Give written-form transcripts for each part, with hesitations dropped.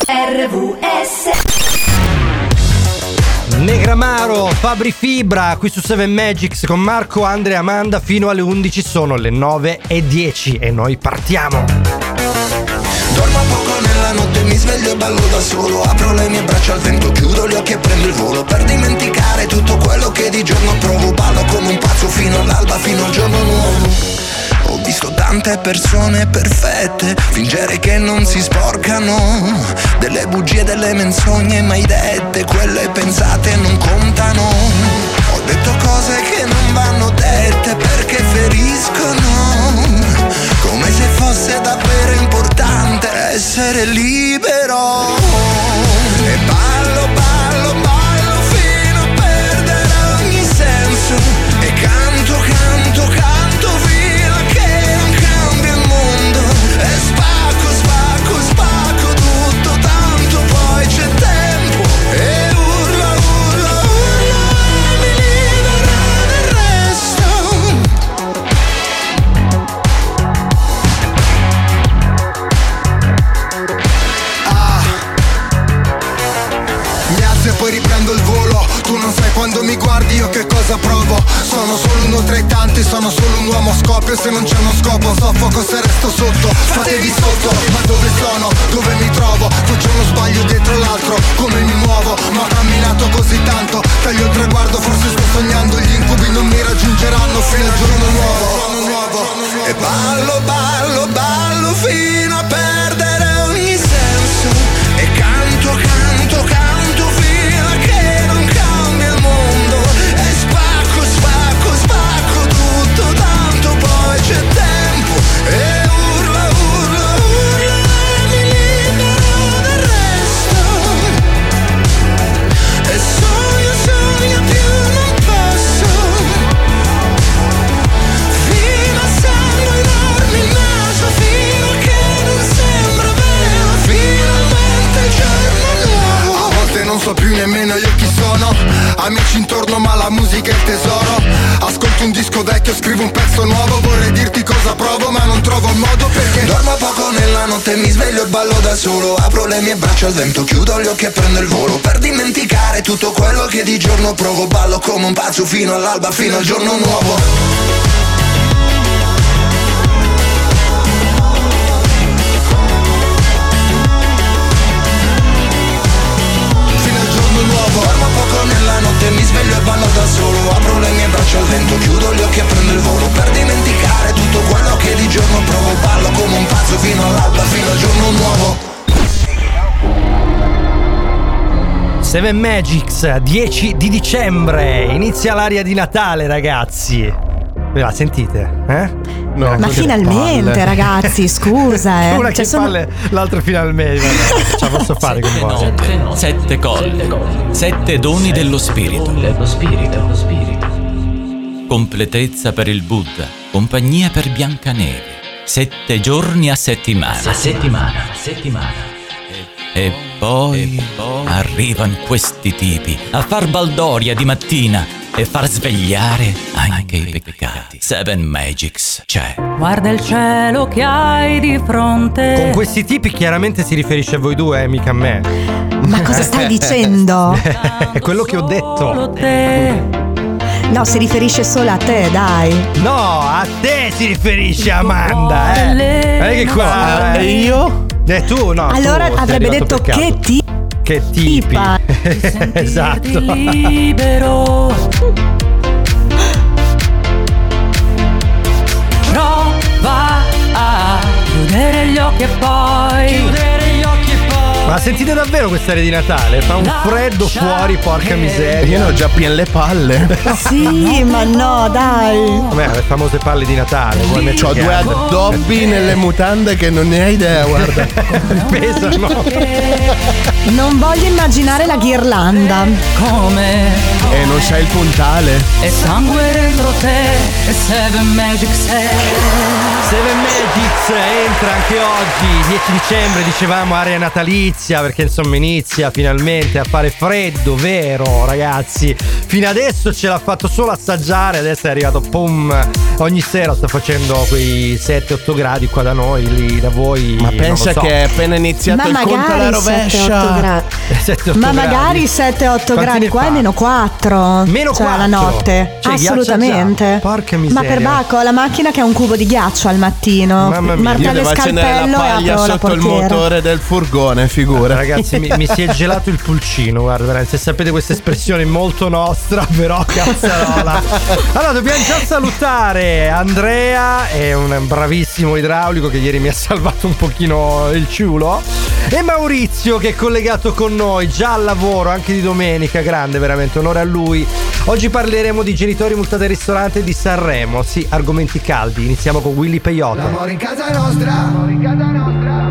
RVS. Negramaro, Fabri Fibra, qui su 7 Magics con Marco, Andrea e Amanda fino alle 11, sono le 9:10 e noi partiamo. Dormo poco nella notte, mi sveglio e ballo da solo. Apro le mie braccia al vento, chiudo gli occhi e prendo il volo. Per dimenticare tutto quello che di giorno provo. Ballo come un pazzo fino all'alba, fino al giorno nuovo. Ho visto tante persone perfette fingere che non si sporcano. Delle bugie, delle menzogne mai dette, quelle pensate non contano. Ho detto cose che non vanno dette perché feriscono. Come se fosse davvero importante essere libero. E ballo, ballo, ballo fino a perdere ogni senso. E canto, canto, canto fino a che non cambia il mondo. E spacco, spacco, spacco tutto, tanto poi c'è tempo. E urla, urla, urla, mi libero del resto. Mi alzo e poi riprendo il volo. Tu non sai quando mi guardi io che cosa provo. Sono solo uno tra i tanti, sono solo un uomo a scoppio. Se non c'è uno scopo soffoco se resto sotto. Fatevi sotto, ma dove sono? Dove mi trovo? Faccio uno sbaglio dietro l'altro. Come mi muovo? Ma ho camminato così tanto. Taglio il traguardo, forse sto sognando. Gli incubi non mi raggiungeranno fino al giorno nuovo. E ballo, ballo, ballo fino a perdere ogni senso. E canto, canto, canto fino a che non cambia il mondo. E spacco, spacco, spacco tutto, tanto poi c'è tempo. E urla, urla, urla, mi libero del resto. E sogno, sogno più non posso. Fino a sangue enorme il naso, fino a che non sembra vero. Finalmente il giorno nuovo. A volte non so più nemmeno io chi sono. Amici intorno ma la musica è il tesoro. Ascolto un disco vecchio, scrivo un pezzo nuovo. Vorrei dirti cosa provo ma non trovo il modo perché dormo poco nella notte, mi sveglio e ballo da solo. Apro le mie braccia al vento, chiudo gli occhi e prendo il volo. Per dimenticare tutto quello che di giorno provo. Ballo come un pazzo fino all'alba, fino al giorno nuovo. Dormo poco nella notte, mi sveglio e ballo da solo. Apro le mie braccia al vento, chiudo gli occhi e prendo il volo. Per dimenticare tutto quello che di giorno provo. Ballo come un pazzo fino all'alba, fino al giorno nuovo. 7 Magics, 10 di dicembre. Inizia l'aria di Natale, ragazzi. Ve la sentite? No, ma finalmente, ragazzi, scusa, Una che palle, l'altra finalmente. Ce la posso fare con voi. 7 colli, 7 doni dello spirito. Completezza per il Buddha, compagnia per Biancaneve. 7 giorni a settimana. E poi arrivano questi tipi a far baldoria di mattina e far svegliare anche i peccati. 7 Magics c'è. Guarda il cielo che hai di fronte. Con questi tipi chiaramente si riferisce a voi due, mica a me. Ma cosa stai dicendo? È quello che ho detto. Solo te. No, si riferisce solo a te, dai. No, a te si riferisce, Amanda, Non è che qua io? Tu no. Allora tu sei avrebbe arrivato detto peccato. Che tipi. Tipa. Esatto. Libero. Prova a chiudere gli occhi e poi. Ma sentite davvero quest'aria di Natale? Fa un freddo fuori, porca miseria. Io ne ho già piene le palle. Sì, ma no, dai. Vabbè, le famose palle di Natale. C'ho 2 addobbi nelle mutande che non ne hai idea, guarda. Pesano. Non voglio immaginare la ghirlanda. Come? E non sai il puntale. E sangue dentro te. E 7 Magics è. 7 Magics entra anche oggi, 10 dicembre, dicevamo, area natalizia. perché insomma inizia finalmente a fare freddo, vero ragazzi? Fino adesso ce l'ha fatto solo assaggiare, adesso è arrivato pum, ogni sera sta facendo quei 7-8 gradi qua da noi, lì da voi. Ma pensa che è appena iniziato il conto alla rovescia. 7-8 ma magari gradi. 7-8 gradi, qua è meno 4. Meno cioè 4? la notte. Cioè, assolutamente. Porca miseria. Ma per Bacco ho la macchina che ha un cubo di ghiaccio al mattino. Mamma mia. Martello e scalpello e paglia apro la sotto il portiera. motore del furgone, figura. Ragazzi, mi si è gelato il pulcino, guarda, veramente. Se sapete questa espressione molto nostra, però cazzarola. Allora, dobbiamo già salutare Andrea, è un bravissimo idraulico che ieri mi ha salvato un pochino il ciulo, e Maurizio che è collegato con noi già al lavoro, anche di domenica, grande, veramente, onore a lui. Oggi parleremo di genitori multati al ristorante di Sanremo, sì, argomenti caldi. Iniziamo con Willy Peyote. L'amore in casa nostra, l'amore in casa nostra.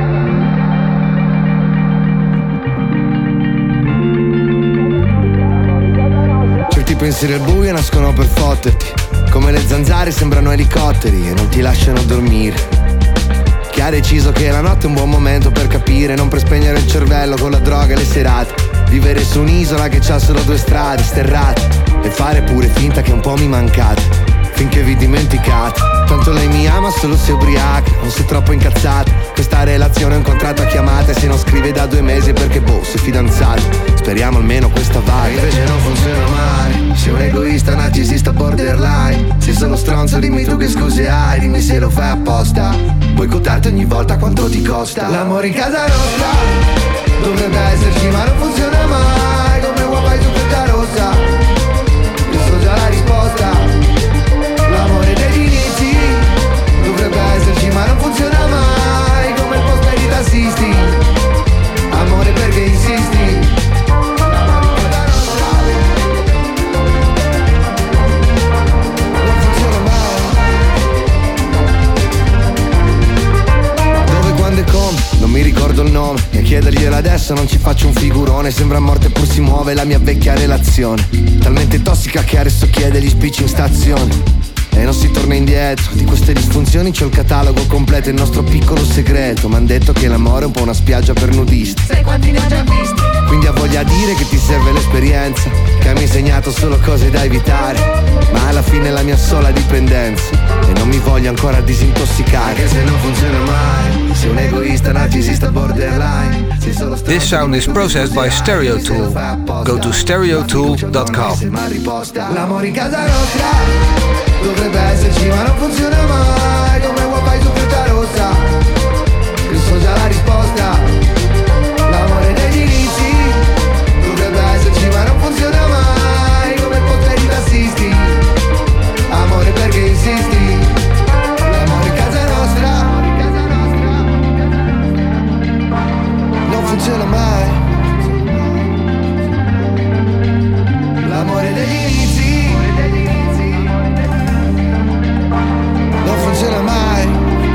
Certi pensieri al buio nascono per fotterti, come le zanzare sembrano elicotteri e non ti lasciano dormire. Chi ha deciso che la notte è un buon momento per capire, non per spegnere il cervello con la droga e le serate. Vivere su un'isola che c'ha solo 2 strade sterrate e fare pure finta che un po' mi mancate, finché vi dimenticate. Tanto lei mi ama solo se ubriaca, non sei troppo incazzata. Questa relazione è un contratto a chiamate, se non scrive da 2 mesi è perché sei fidanzato. Speriamo almeno questa va. Invece non funziona mai, sei un egoista, narcisista, borderline. Sei solo stronzo, dimmi tu che scuse hai, dimmi se lo fai apposta. Boicottarti ogni volta quanto ti costa. L'amore in casa nostra dovrebbe esserci ma non funziona mai. Come uova su frutta rossa, io so già la risposta. L'amore degli inizi dovrebbe esserci ma non funziona mai. Come il post per i tassisti, amore perché insisti. Non funziona mai. Dove, quando e come, non mi ricordo il nome, e chiederglielo adesso non ci faccio un figurone. Sembra morte eppur si muove la mia vecchia relazione, talmente tossica che adesso chiede gli spicci in stazione. E non si torna indietro, di queste disfunzioni c'ho il catalogo completo, il nostro piccolo segreto. M'han detto che l'amore è un po' una spiaggia per nudisti. Sai quanti ne ho già visti? Quindi ha voglia di dire che ti serve l'esperienza, che mi ha insegnato solo cose da evitare, ma alla fine è la mia sola dipendenza e non mi voglio ancora disintossicare. Anche se non funziona mai, sei un egoista, narcisista, borderline. This sound is processed by Stereotool. Go to stereotool.com. L'amore in casa nostra dovrebbe esserci ma non funziona mai. Come wifi su frutta rossa, io so già la risposta. L'amore degli inizi dovrebbe esserci ma non funziona mai. Come il potere di tassisti, amore perché insisti. L'amore in casa nostra non funziona mai. L'amore degli inizi non funziona mai.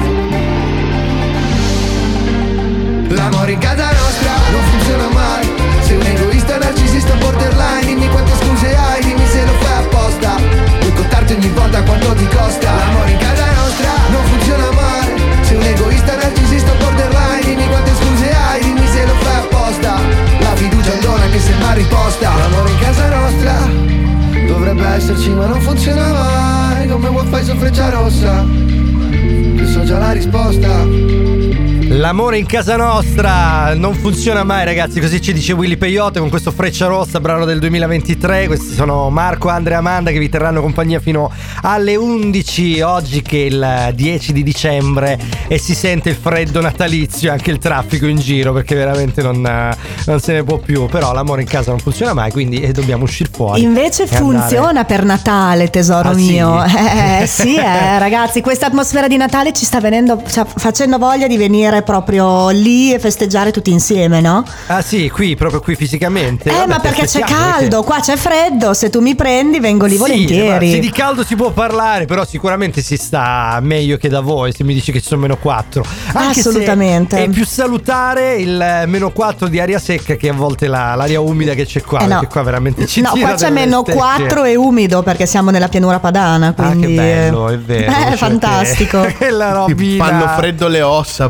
L'amore in casa nostra non funziona mai. Sei un egoista, narcisista, borderline. Dimmi quante scuse hai, dimmi se lo fai apposta. Boicottarti ogni volta quanto ti costa. L'amore in casa nostra non funziona mai. Sei un egoista, narcisista, borderline. Dimmi quante scuse hai, dimmi se lo fai apposta. La fiducia è un dono che sembra riposta. L'amore in casa nostra dovrebbe esserci ma non funziona mai. Come wifi su freccia rossa, io so già la risposta. L'amore in casa nostra non funziona mai, ragazzi, così ci dice Willy Peyote con questo Freccia Rossa, brano del 2023. Questi sono Marco, Andrea e Amanda che vi terranno compagnia fino alle 11 oggi, che è il 10 di dicembre, e si sente il freddo natalizio e anche il traffico in giro, perché veramente non se ne può più. Però l'amore in casa non funziona mai, quindi dobbiamo uscire fuori. Invece funziona per Natale, tesoro mio. Sì? Sì, ragazzi, questa atmosfera di Natale ci sta facendo voglia di venire proprio lì e festeggiare tutti insieme, no? Ah sì, proprio qui fisicamente. Vabbè, ma perché c'è caldo, perché... qua c'è freddo. Se tu mi prendi vengo lì volentieri. Sì, di caldo si può parlare, però sicuramente si sta meglio che da voi. Se mi dici che ci sono -4, anche assolutamente, se è più salutare il -4 di aria secca che a volte l'aria umida che c'è qua, perché qua veramente ci tira. No, qua c'è -4 e umido perché siamo nella pianura padana, quindi che bello, è vero. È fantastico. È la robina. Fanno freddo le ossa praticamente.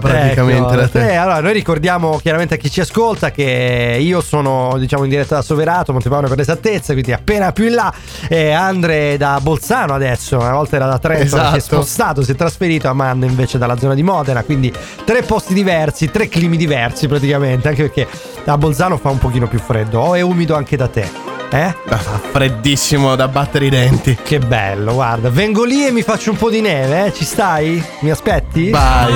direttamente da te. Allora, noi ricordiamo chiaramente a chi ci ascolta che io sono, diciamo, in diretta da Soverato, Montepone per l'esattezza, quindi appena più in là. Andre da Bolzano adesso, una volta era da Trento, esatto. Si è spostato, si è trasferito. Amanda invece dalla zona di Modena, quindi 3 posti diversi, 3 climi diversi praticamente, anche perché a Bolzano fa un pochino più freddo. O è umido anche da te? Freddissimo da battere i denti. Che bello, guarda, vengo lì e mi faccio un po' di neve, eh? Ci stai? Mi aspetti? Vai.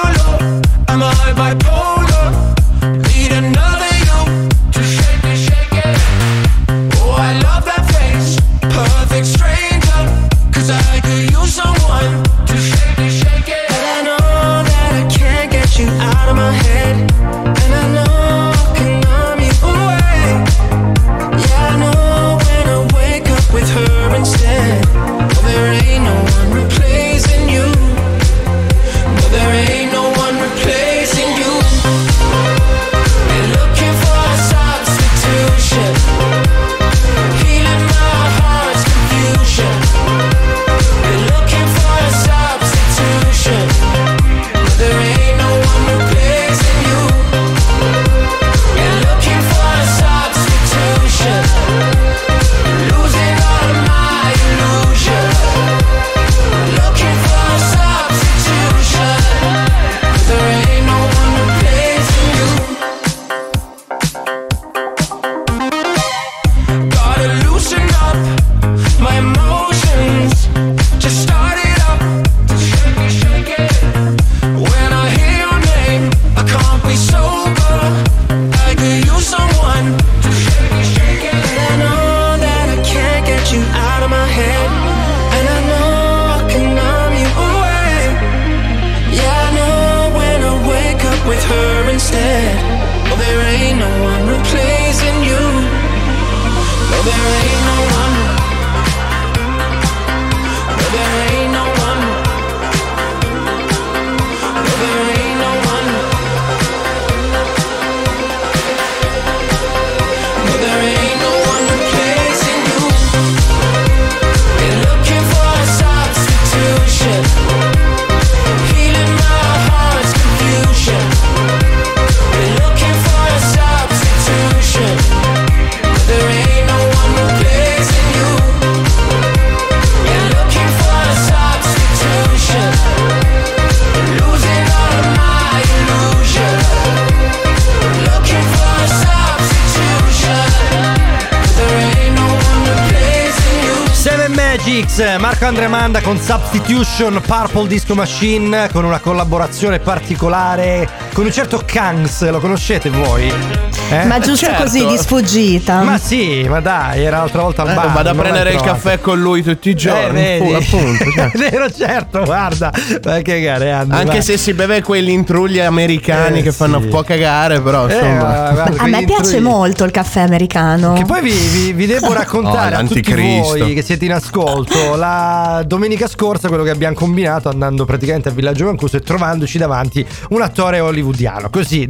Marco Andrea Amanda con Substitution, Purple Disco Machine, con una collaborazione particolare con un certo Kangs, lo conoscete voi? Ma giusto certo. Così di sfuggita. Ma sì, ma dai, era l'altra volta al bar. Vado a prendere il caffè con lui tutti i giorni. Vedi? Appunto, cioè. Vero, certo, guarda. Ma che gare, anche se si beve quegli intrugli americani che fanno un po' cagare, però insomma. Guarda, a me piace molto il caffè americano. Che poi vi devo raccontare a tutti voi che siete in ascolto la domenica scorsa quello che abbiamo combinato andando praticamente a Villaggio Mancuso e trovandoci davanti un attore hollywoodiano, così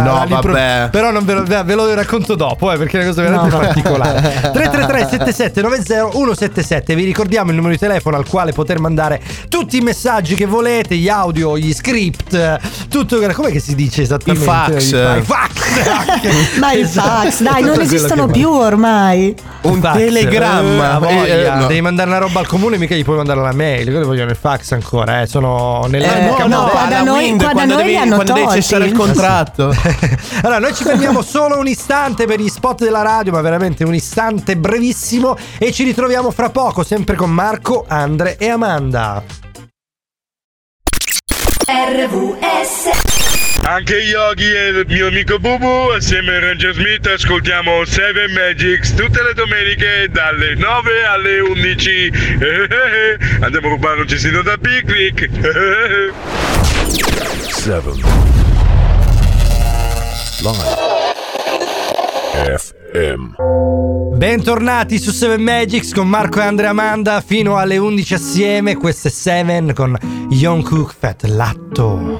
vabbè. però non ve lo racconto dopo, perché è una cosa veramente particolare. 333 7790 177. Vi ricordiamo il numero di telefono al quale poter mandare tutti i messaggi che volete, gli audio, gli script, tutto. Com'è che si dice esattamente? I fax. Ma i fax, dai, non esistono più ormai. Un fax, telegramma. No. Devi mandare una roba al comune, mica gli puoi mandare la mail. Quelli vogliono il fax ancora, sono nelle qua da noi li hanno quando devi cessare il contratto. Allora, noi ci fermiamo solo un istante per gli spot della radio, ma veramente un istante brevissimo, e ci ritroviamo fra poco, sempre con Marco, Andre e Amanda. RVS. Anche Yogi e il mio amico Bubu assieme a Ranger Smith ascoltiamo Seven Magics tutte le domeniche dalle 9 alle 11. Andiamo a rubare un cestino da picnic. 7 Live FM. Bentornati su Seven Magics con Marco e Andrea Amanda fino alle 11 assieme. Questo è Seven con Young Cook Fat Latto.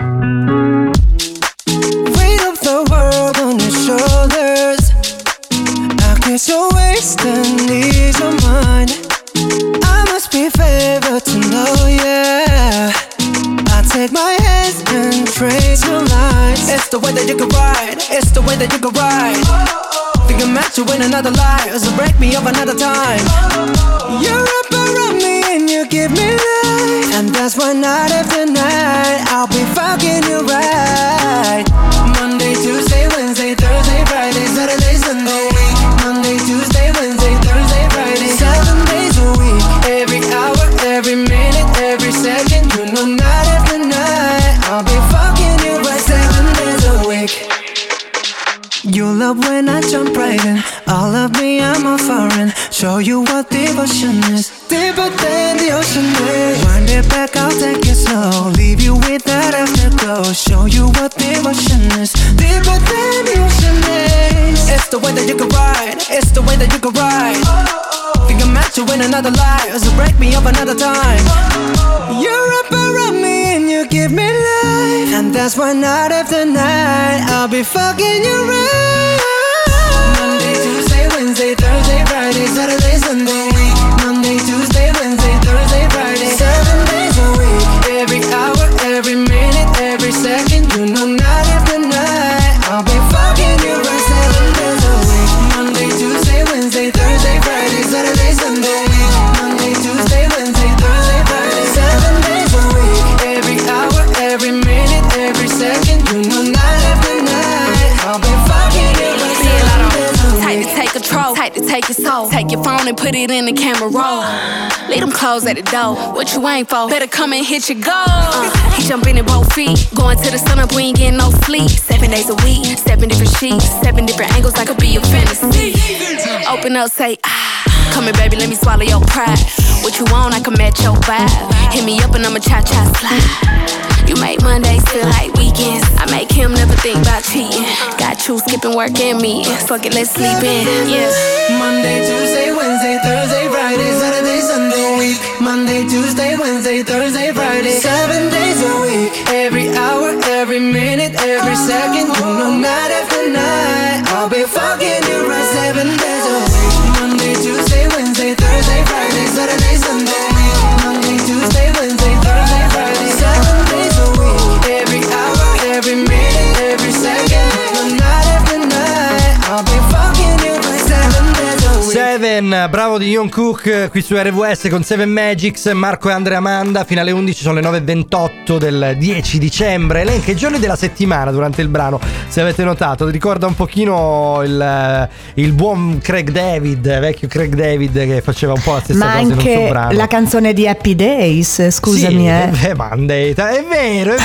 Weight of the world on your shoulders. I guess you're wasting ease of mind. I must be favored to know, yeah. I take my hands and trace your line. the way that you can ride. It's the way that you can ride. Think I'm meant to win another life, so break me up another time. You're up around me and you give me life, and that's why night after night I'll be fucking you right. Monday, Tuesday, Wednesday, Thursday, Friday, Saturday, Sunday. Monday, Tuesday, Wednesday, Thursday, Friday, 7 days a week. Every hour, every minute, every second. You know night after night I'll be fucking you right 7 days a week. You love when I jump right in. All of me, I'm a foreign. Show you what devotion is. Deeper than the ocean is. Wind it back, I'll take it slow. Leave you with that afterglow. Show you what devotion is. Deeper than the ocean is. It's the way that you can ride. It's the way that you can ride. Think I'm meant to win another life, so break me up another time. You're up around me and you give me life, and that's why night after night I'll be fucking you right. Monday, Tuesday, Wednesday, Thursday, Friday, Saturday, Sunday. Monday, Tuesday, Wednesday, Thursday, Friday, 7 days a week. Every hour, every minute, every second. You know night after night I'll be fucking you right 7 days a week. Monday, Tuesday, Wednesday, Thursday, Friday, Saturday, Sunday. Monday, Tuesday, Wednesday, Thursday, Friday, 7 days a week. Every hour, every minute, every second. You know night after night I'll be fucking you right 7 days a week. Tight to take control, tight to take your soul. Take your phone and put it in the camera roll. Leave them clothes at the door. What you ain't for? Better come and hit your goal. He jumping in both feet. Going to the sun up, we ain't getting no sleep. 7 days a week, 7 different sheets, 7 different angles, that could be your fantasy. Open up, say ah. Come here, baby, let me swallow your pride. What you want, I can match your vibe. Hit me up and I'ma cha-cha slide. You make Mondays feel like weekends. I make him never think about cheating. Got you skipping work and me. Fuck it, let's sleep in. Yeah. Monday, Tuesday, Wednesday, Thursday, Friday, Saturday, Sunday. Monday, Tuesday, Wednesday, Thursday, Friday, 7 days a week. Every hour, every minute, every second. You know night after night I'll be fucking you right 7 days a week. Monday, Tuesday, Wednesday, Thursday, Friday, Saturday, Sunday. Monday, Tuesday, Wednesday, Thursday, Friday, 7 days a week. Every hour, every minute, every second. Night after night I'll be fucking you right 7 days a week. Seven, bravo di Jungkook qui su RWS con Seven Magics. Marco e Andrea Amanda fino alle 11, sono le 9:28 del 10 dicembre. Elenca i giorni della settimana durante il brano, se avete notato. Ricorda un pochino il buon Craig David, vecchio Craig David, che faceva un po' la stessa cosa in un suo brano. La canzone di Happy Days, scusami. Sì, Monday, è vero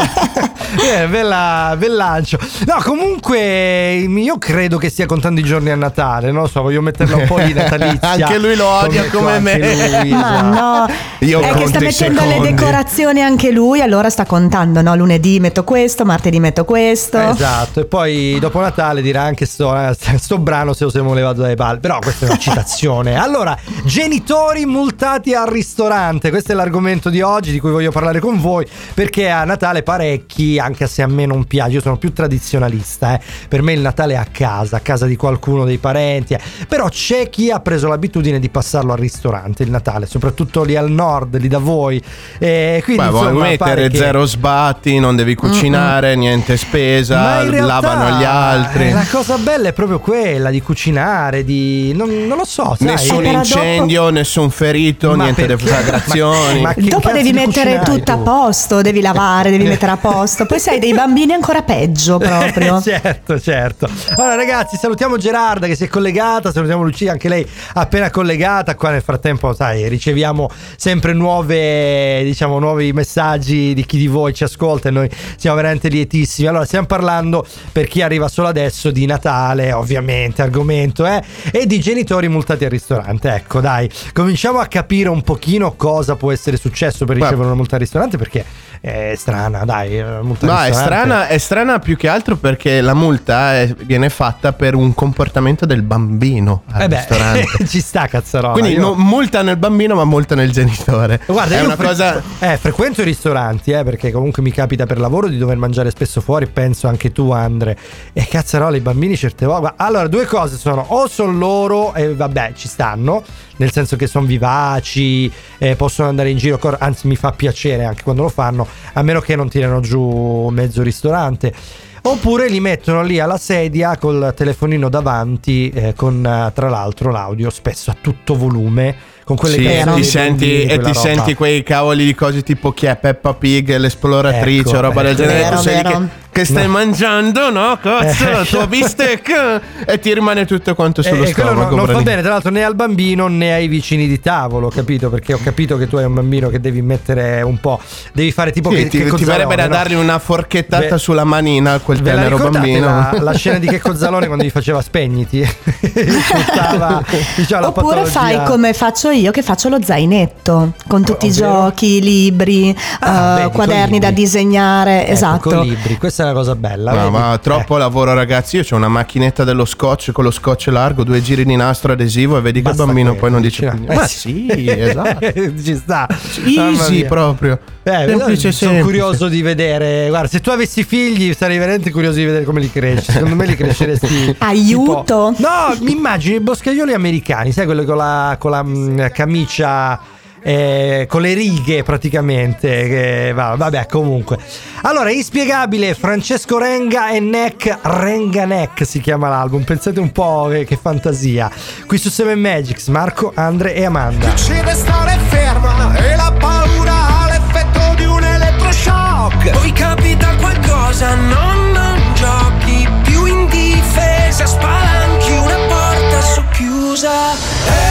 bel lancio. No, comunque io credo che stia contando i giorni a Natale, non lo so, voglio metterla un po' di natalizia. Anche lui lo odia come me. Lui, Ma no, io è che sta mettendo le decorazioni anche lui, allora sta contando, no? Lunedì metto questo, martedì metto questo. Esatto, e poi dopo Natale dirà anche sto brano se lo siamo levato dai palle. Però questa è una citazione. Allora, genitori multati al ristorante, questo è l'argomento di oggi di cui voglio parlare con voi, perché a Natale parecchi, anche se a me non piace, io sono più tradizionalista, per me il Natale è a casa di qualcuno dei parenti, però c'è chi ha preso l'abitudine di passarlo al ristorante il Natale, soprattutto lì al nord, lì da voi, quindi vuoi mettere zero sbatti, non devi cucinare, niente spesa, lavano gli altri. La cosa bella è proprio quella di cucinare, di non lo so, sai? Nessun incendio, dopo... nessun ferito, niente deflagrazioni. Ma dopo devi mettere tutto a posto, devi lavare, devi mettere a posto. Poi sai, dei bambini ancora peggio proprio. Certo. Allora ragazzi, salutiamo Gerarda che si è collegata, salutiamo Lucia, anche lei appena collegata. Qua nel frattempo, sai, riceviamo sempre nuovi messaggi di chi di voi ci ascolta e noi siamo veramente lietissimi. Allora, stiamo parlando, per chi arriva solo adesso, di Natale, ovviamente, argomento, e di genitori multati al ristorante. Ecco, dai, cominciamo a capire un pochino cosa può essere successo per ricevere una multa al ristorante, perché è strana, dai, multa al ristorante. È strana più che altro perché la multa viene fatta per un comportamento del bambino al ristorante. Ci sta, cazzarola. Quindi non multa nel bambino, ma multa nel genitore. Guarda, è una cosa. Frequento i ristoranti, perché comunque mi capita per lavoro di dover mangiare spesso fuori, penso anche tu, Andre. E cazzarola, i bambini certe volte. Allora, due cose sono: o sono loro, e vabbè, ci stanno, nel senso che sono vivaci, possono andare in giro, anzi mi fa piacere anche quando lo fanno, a meno che non tirano giù mezzo ristorante. oppure li mettono lì alla sedia col telefonino davanti, con tra l'altro l'audio spesso a tutto volume, con quelle ti senti quei cavoli di cose tipo chi è Peppa Pig, l'esploratrice, roba del genere, che stai mangiando, no? Cazzo, il tuo bistec, e ti rimane tutto quanto sullo stomaco. Non fa bene, tra l'altro, né al bambino né ai vicini di tavolo, capito? Perché ho capito che tu hai un bambino che devi mettere un po', devi fare tipo ti verrebbe da dargli una forchettata sulla manina a quel tenero bambino. La scena di Checco Zalone quando gli faceva spegniti. Oppure fai come faccio io, che faccio lo zainetto con tutti i giochi, libri, quaderni da disegnare. Esatto, con libri. Questa è una cosa bella. No, ma troppo lavoro, ragazzi. Io c'ho una macchinetta dello scotch con lo scotch largo, 2 giri di nastro adesivo, e vedi che il bambino poi non dice più. Ma sì, esatto. Ci sta. Easy proprio. Sono curioso di vedere. Guarda, se tu avessi figli sarei veramente curioso di vedere come li cresci. Secondo me li cresceresti. Aiuto. No, mi immagino i boscaioli americani, sai, quello con la camicia con le righe praticamente, vabbè, comunque. Allora, Inspiegabile, Francesco Renga e Renga Neck si chiama l'album. Pensate un po' che fantasia. Qui su 7 Magics, Marco, Andre e Amanda. Decide stare ferma e la paura ha l'effetto di un elettroshock. Poi capita qualcosa, non giochi più in difesa, spalanchi una porta socchiusa.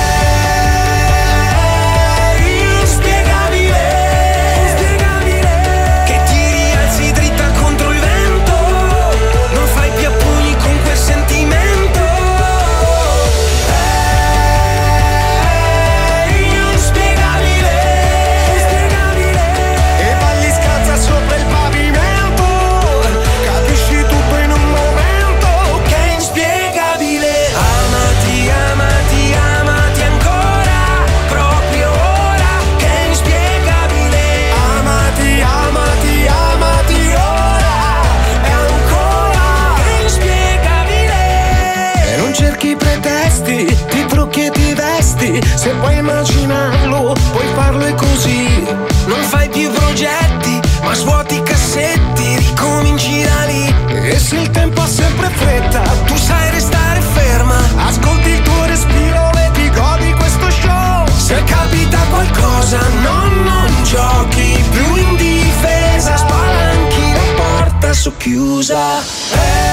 Se puoi immaginarlo, puoi farlo e così. Non fai più progetti, ma svuoti i cassetti, ricominci da lì. E se il tempo ha sempre fretta, tu sai restare ferma. Ascolti il tuo respiro e ti godi questo show. Se capita qualcosa, non giochi più in difesa, spalanchi la porta socchiusa.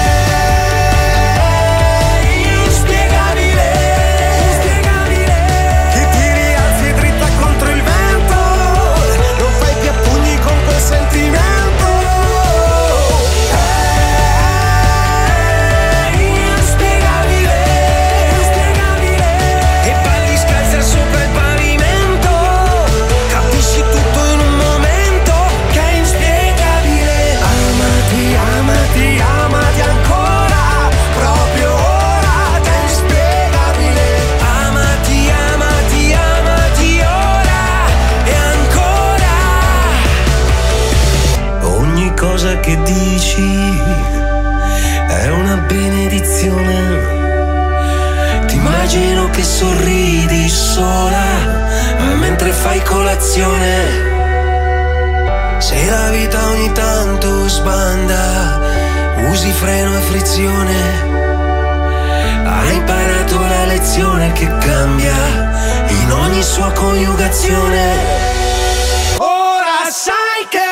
Che dici è una benedizione. Ti immagino che sorridi sola mentre fai colazione. Se la vita ogni tanto sbanda, usi freno e frizione. Hai imparato la lezione che cambia in ogni sua coniugazione. Ora sai che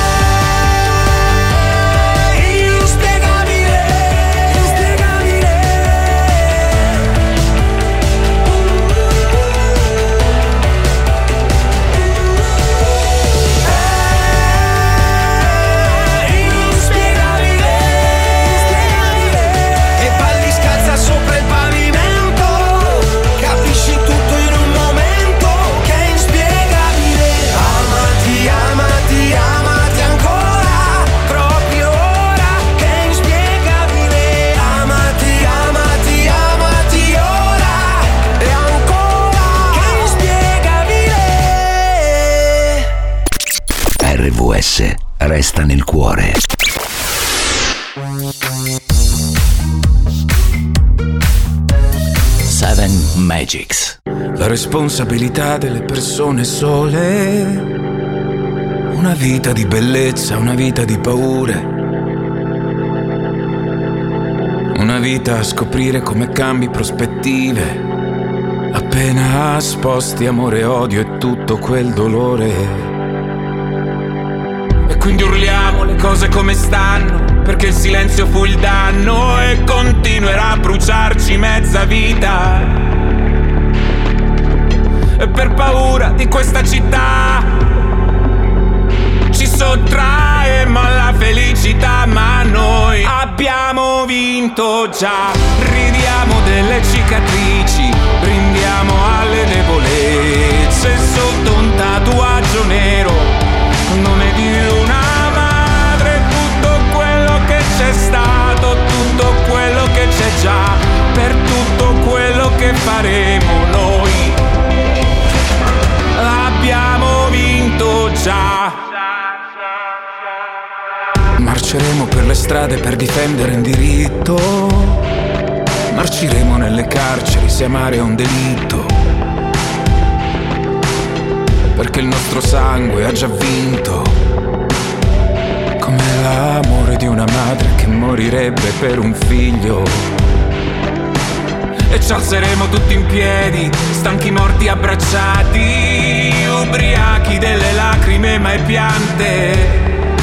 RVS resta nel cuore. Seven Magics. La responsabilità delle persone sole. Una vita di bellezza, una vita di paure. una vita a scoprire come cambi prospettive, appena sposti amore, odio e tutto quel dolore. E quindi urliamo le cose come stanno, perché il silenzio fu il danno e continuerà a bruciarci mezza vita. E per paura di questa città ci sottraemo alla felicità, ma noi abbiamo vinto già. Ridiamo delle cicatrici, brindiamo alle debolezze sotto un tatuaggio nero, nome di una madre. Tutto quello che c'è stato, tutto quello che c'è già, per tutto quello che faremo noi abbiamo vinto già. Marceremo per le strade per difendere il diritto, marciremo nelle carceri se amare è un delitto, perché il nostro sangue ha già vinto, come l'amore di una madre che morirebbe per un figlio. E ci alzeremo tutti in piedi, stanchi morti abbracciati, ubriachi delle lacrime mai piante.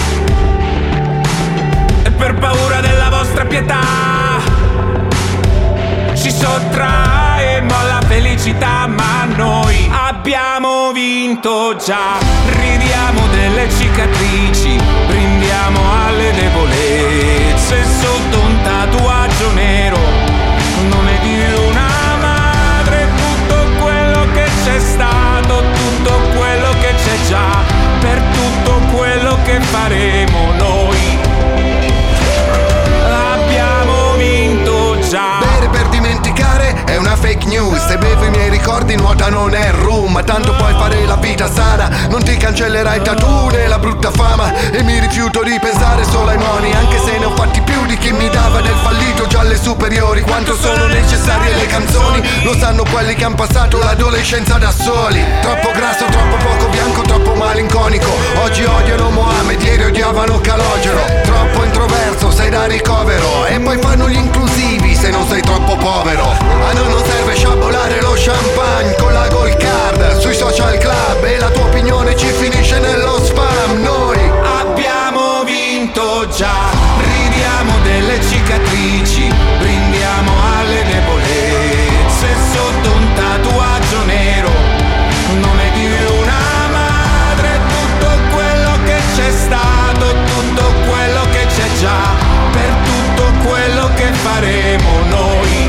E per paura della vostra pietà ci sottraemo alla felicità, ma noi abbiamo vinto già. Ridiamo delle cicatrici, brindiamo alle debolezze sotto un tatuaggio nero, nome di una madre. Tutto quello che c'è stato, tutto quello che c'è già, per tutto quello che faremo noi abbiamo vinto già. Bere per dimenticare è una fake news, se bevo i miei ricordi nuotano nel rum, ma tanto puoi fare la vita sana, non ti cancellerai il tattoo né la brutta fama. E mi rifiuto di pensare solo ai moni, anche se ne ho fatti più di chi mi dava del fallito già alle superiori. Quanto sono necessarie le canzoni, lo sanno quelli che han passato l'adolescenza da soli. Troppo grasso, troppo poco bianco, troppo malinconico. Oggi odiano Mohammed, ieri odiavano Calogero. Troppo introverso, sei da ricovero, e poi fanno gli inclusivi se non sei troppo povero. A noi non serve sciabolare lo champagne con la gold card sui social club, e la tua opinione ci finisce nello spam. Noi abbiamo vinto già. Ridiamo delle cicatrici, brindiamo alle debolezze sotto un tatuaggio nero, nome di una madre. Tutto quello che c'è stato, tutto quello che c'è già, per tutto quello che faremo noi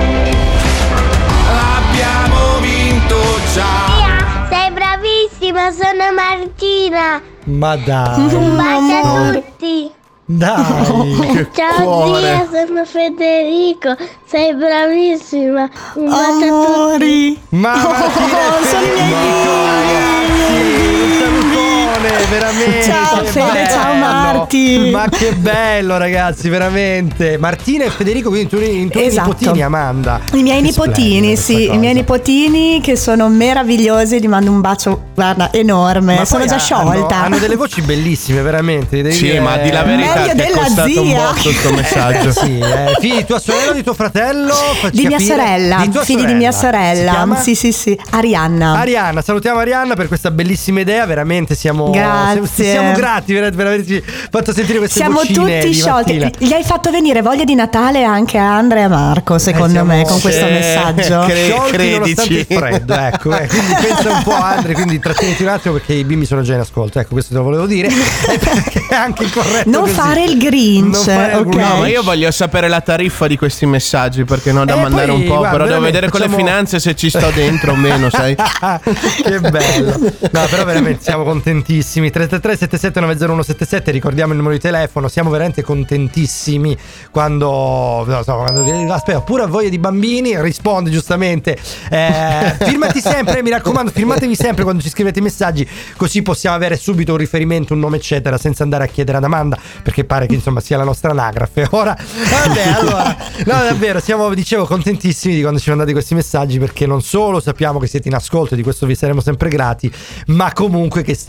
abbiamo vinto già. Sei bravissima, sono Martina. Ma dai. Un bacio a tutti. Dai, che ciao cuore. Zia, sono Federico, sei bravissima. Un bacio a tutti. Ma sono i miei un salutone, veramente. Ciao Fede, bello. ciao Marti. Ma che bello ragazzi, veramente. Martina e Federico, quindi tu Esatto. nipotini, Amanda. I miei nipotini, sì, i miei nipotini che sono meravigliosi, gli mando un bacio, guarda, enorme. Ma sono già sciolta. Hanno delle voci bellissime, veramente. Devi Sì, dire... ma di la verità Meglio ti è della costato zia. un botto il tuo messaggio. Sì, figli di tua sorella o di tuo fratello? Facci Di mia capire. sorella, Di tua figli di mia Si sorella. chiama? Sì, Arianna. Arianna, salutiamo Arianna per questa bellissima idea, veramente siamo grati per averci fatto sentire queste Siamo vocine tutti di sciolti. mattina. Gli hai fatto venire voglia di Natale anche a Andrea e a Marco, secondo me, con questo messaggio. Sciolti nonostante il freddo, ecco, quindi pensa un po' Andrea, quindi tratteniti un attimo perché i bimbi sono già in ascolto, ecco, questo te lo volevo dire. Perché è anche corretto Non così. fare il Grinch, ok? No, ma io voglio sapere la tariffa di questi messaggi, perché non da mandare poi, un po', guarda, però devo vedere con le facciamo- finanze se ci sto dentro o meno, sai? Che bello. No, però veramente siamo contentissimi. 333 77 90177, ricordiamo il numero di telefono. Siamo veramente contentissimi quando aspetta, pure a voglia di bambini, risponde giustamente. Firmati sempre, mi raccomando, firmatevi sempre quando ci scrivete i messaggi, così possiamo avere subito un riferimento, un nome eccetera, senza andare a chiedere ad Amanda, perché pare che insomma sia la nostra anagrafe. Ora vabbè, allora no, davvero siamo, dicevo, contentissimi di quando ci mandate questi messaggi, perché non solo sappiamo che siete in ascolto e di questo vi saremo sempre grati, ma comunque che state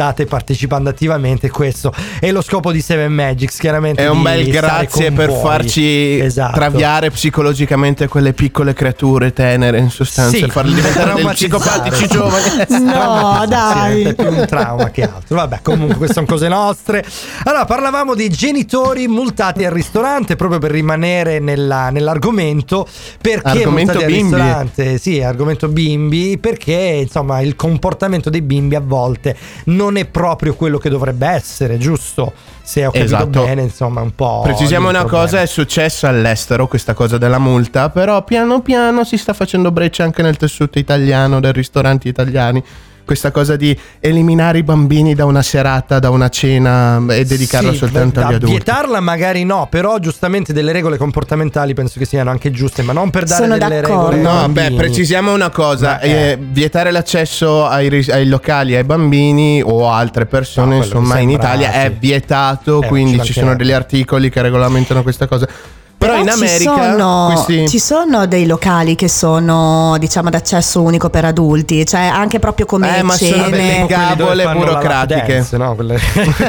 partecipando attivamente. Questo è lo scopo di Seven Magics, chiaramente. È un bel grazie per farci traviare psicologicamente quelle piccole creature tenere, in sostanza, sì, farli diventare degli psicopatici giovani. No, dai, è più un trauma che altro. Vabbè, comunque queste sono cose nostre. Allora, parlavamo di genitori multati al ristorante, proprio per rimanere nell'argomento. Perché argomento multati bimbi? Al ristorante? Sì, argomento bimbi, perché insomma il comportamento dei bimbi a volte non è proprio quello che dovrebbe essere, giusto? Se ho capito bene, insomma, un po'. Precisiamo una cosa, è successo all'estero questa cosa della multa, però piano piano si sta facendo breccia anche nel tessuto italiano, dei ristoranti italiani. Questa cosa di eliminare i bambini da una serata, da una cena e dedicarla soltanto agli adulti. Vietarla magari no, però giustamente delle regole comportamentali penso che siano anche giuste, ma non per dare delle regole. No, precisiamo una cosa, vietare l'accesso ai locali ai bambini o a altre persone, insomma, in Italia è vietato, quindi ci sono degli articoli che regolamentano questa cosa. Però in America ci sono dei locali che sono, diciamo, d'accesso unico per adulti, cioè anche proprio come ma cene. sono delle gabole burocratiche. No, quelle...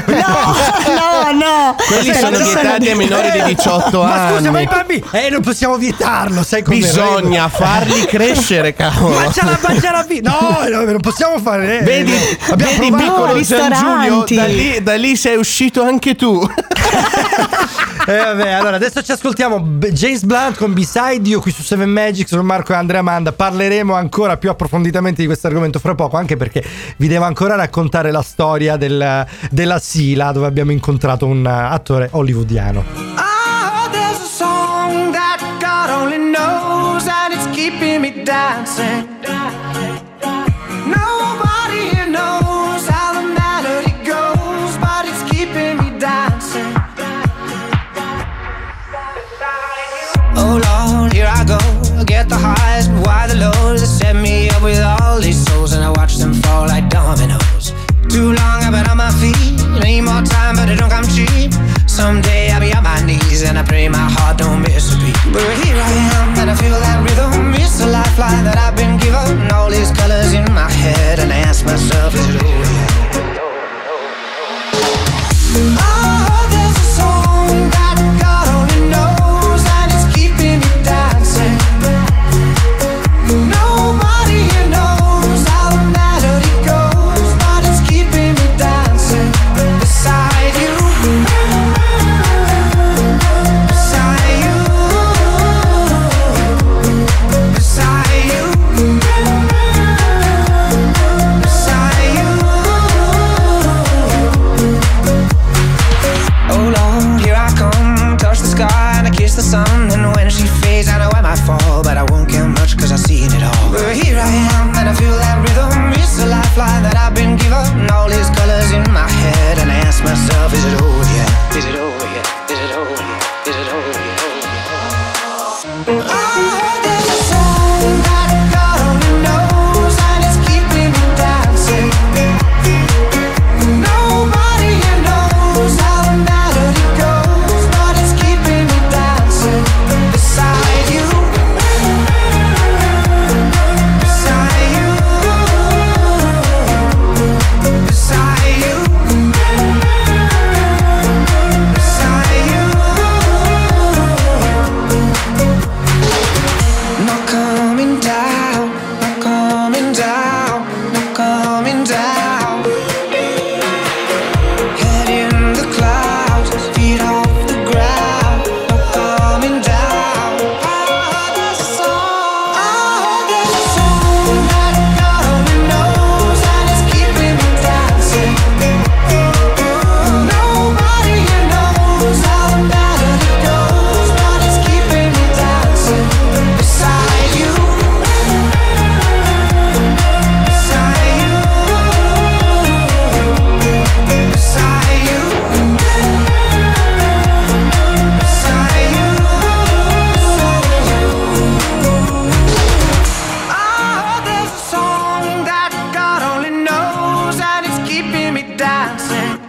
no. Quelli sono vietati ai minori di 18 anni. Ma scusa, ma i bambini non possiamo vietarlo, sai come bisogna farli crescere, cavolo. No, non possiamo fare. Vedi piccolo Gian Giulio, da lì sei uscito anche tu. Vabbè, allora adesso ci ascoltiamo James Blunt con Beside You qui su Seven Magics. Sono Marco e Andrea Manda. Parleremo ancora più approfonditamente di questo argomento fra poco, anche perché vi devo ancora raccontare la storia della Sila, dove abbiamo incontrato un attore hollywoodiano. There's a song that God only knows, and it's keeping me dancing. Nobody here knows how the melody goes, but it's keeping me dancing. Oh Lord, here I go, I get the highs, but why the lows? They set me up with all these souls, and I watch them fall like dominoes. Too long I've been on my feet, need more time but it don't come cheap. Someday I'll be on my knees and I pray my heart don't miss a beat. But here I am and I feel that rhythm, it's a lifeline that I've been given. All these colors in my head and I ask myself, is it over yet? Oh, there's a song that God only knows, and it's keeping me dancing. Nobody here knows how the melody goes, but it's keeping me dancing. Beside you, beside you, beside you, beside you. Oh Lord, here I come, touch the sky and I kiss the sun. And when she fades, I know I might fall, but I won't care much cause I've seen it all. But here I am and I feel that rhythm, it's a lifeline that I've been given. All these colors in my head and I ask myself, is it over yet? Is it over yet? Is it over yet? Is it over yet? Oh, there's a song that God only knows, and it's keeping me dancing. Nobody here knows how the melody goes, but it's keeping me dancing. Beside you, beside you, beside you, beside you. Not coming down, not coming down, not coming down. Head in the clouds, feet off the ground, not coming down. Oh, there's a song that God only knows, and it's keeping me dancing. Nobody here knows how the melody goes, but it's keeping me dancing. Beside you, beside you, beside you, beside you. Oh, there's a song that God only knows, and it's keeping me dancing.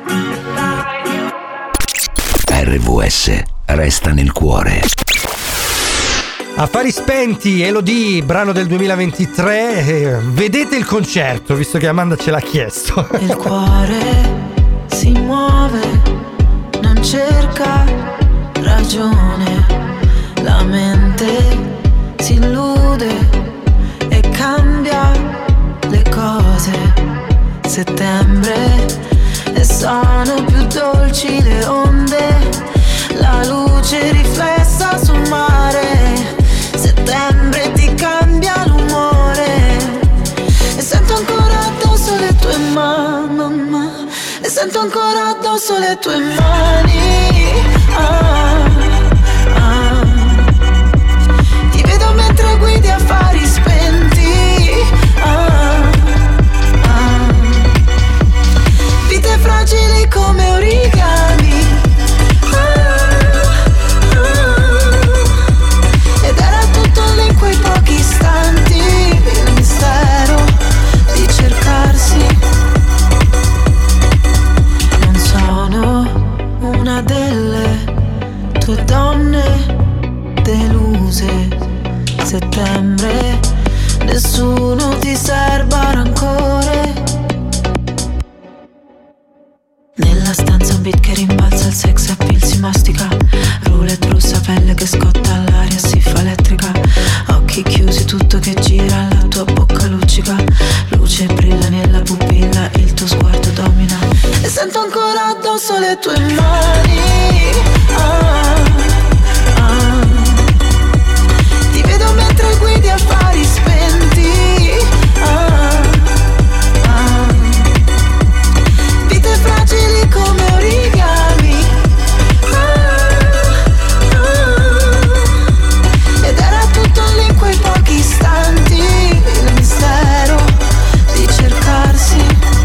RVS resta nel cuore. Affari spenti, Elodie, brano del 2023. Vedete il concerto, visto che Amanda ce l'ha chiesto. Il cuore si muove, non cerca ragione, la mente si illude e cambia le cose. Settembre e sono più dolci le onde, la luce riflessa sul mare. Settembre ti cambia l'umore e sento ancora addosso le tue mani, e sento ancora addosso le tue mani. Ti vedo mentre guidi affari spenti. Vite fragili come origami. Ed era tutto lì in quei pochi istanti, il mistero di cercarsi. Non sono una delle tue donne deluse. Settembre, nessuno ti serba rancore. Nella stanza un beat che rimbalza, il sex appeal si mastica. Roulette russa, pelle che scotta, l'aria si fa elettrica. Occhi chiusi, tutto che gira, la tua bocca luccica. Luce brilla nella pupilla, il tuo sguardo domina. E sento ancora addosso le tue mani. Ti vedo mentre guidi affari spenti. Vite fragili come origami. Ed era tutto lì in quei pochi istanti, il mistero di cercarsi.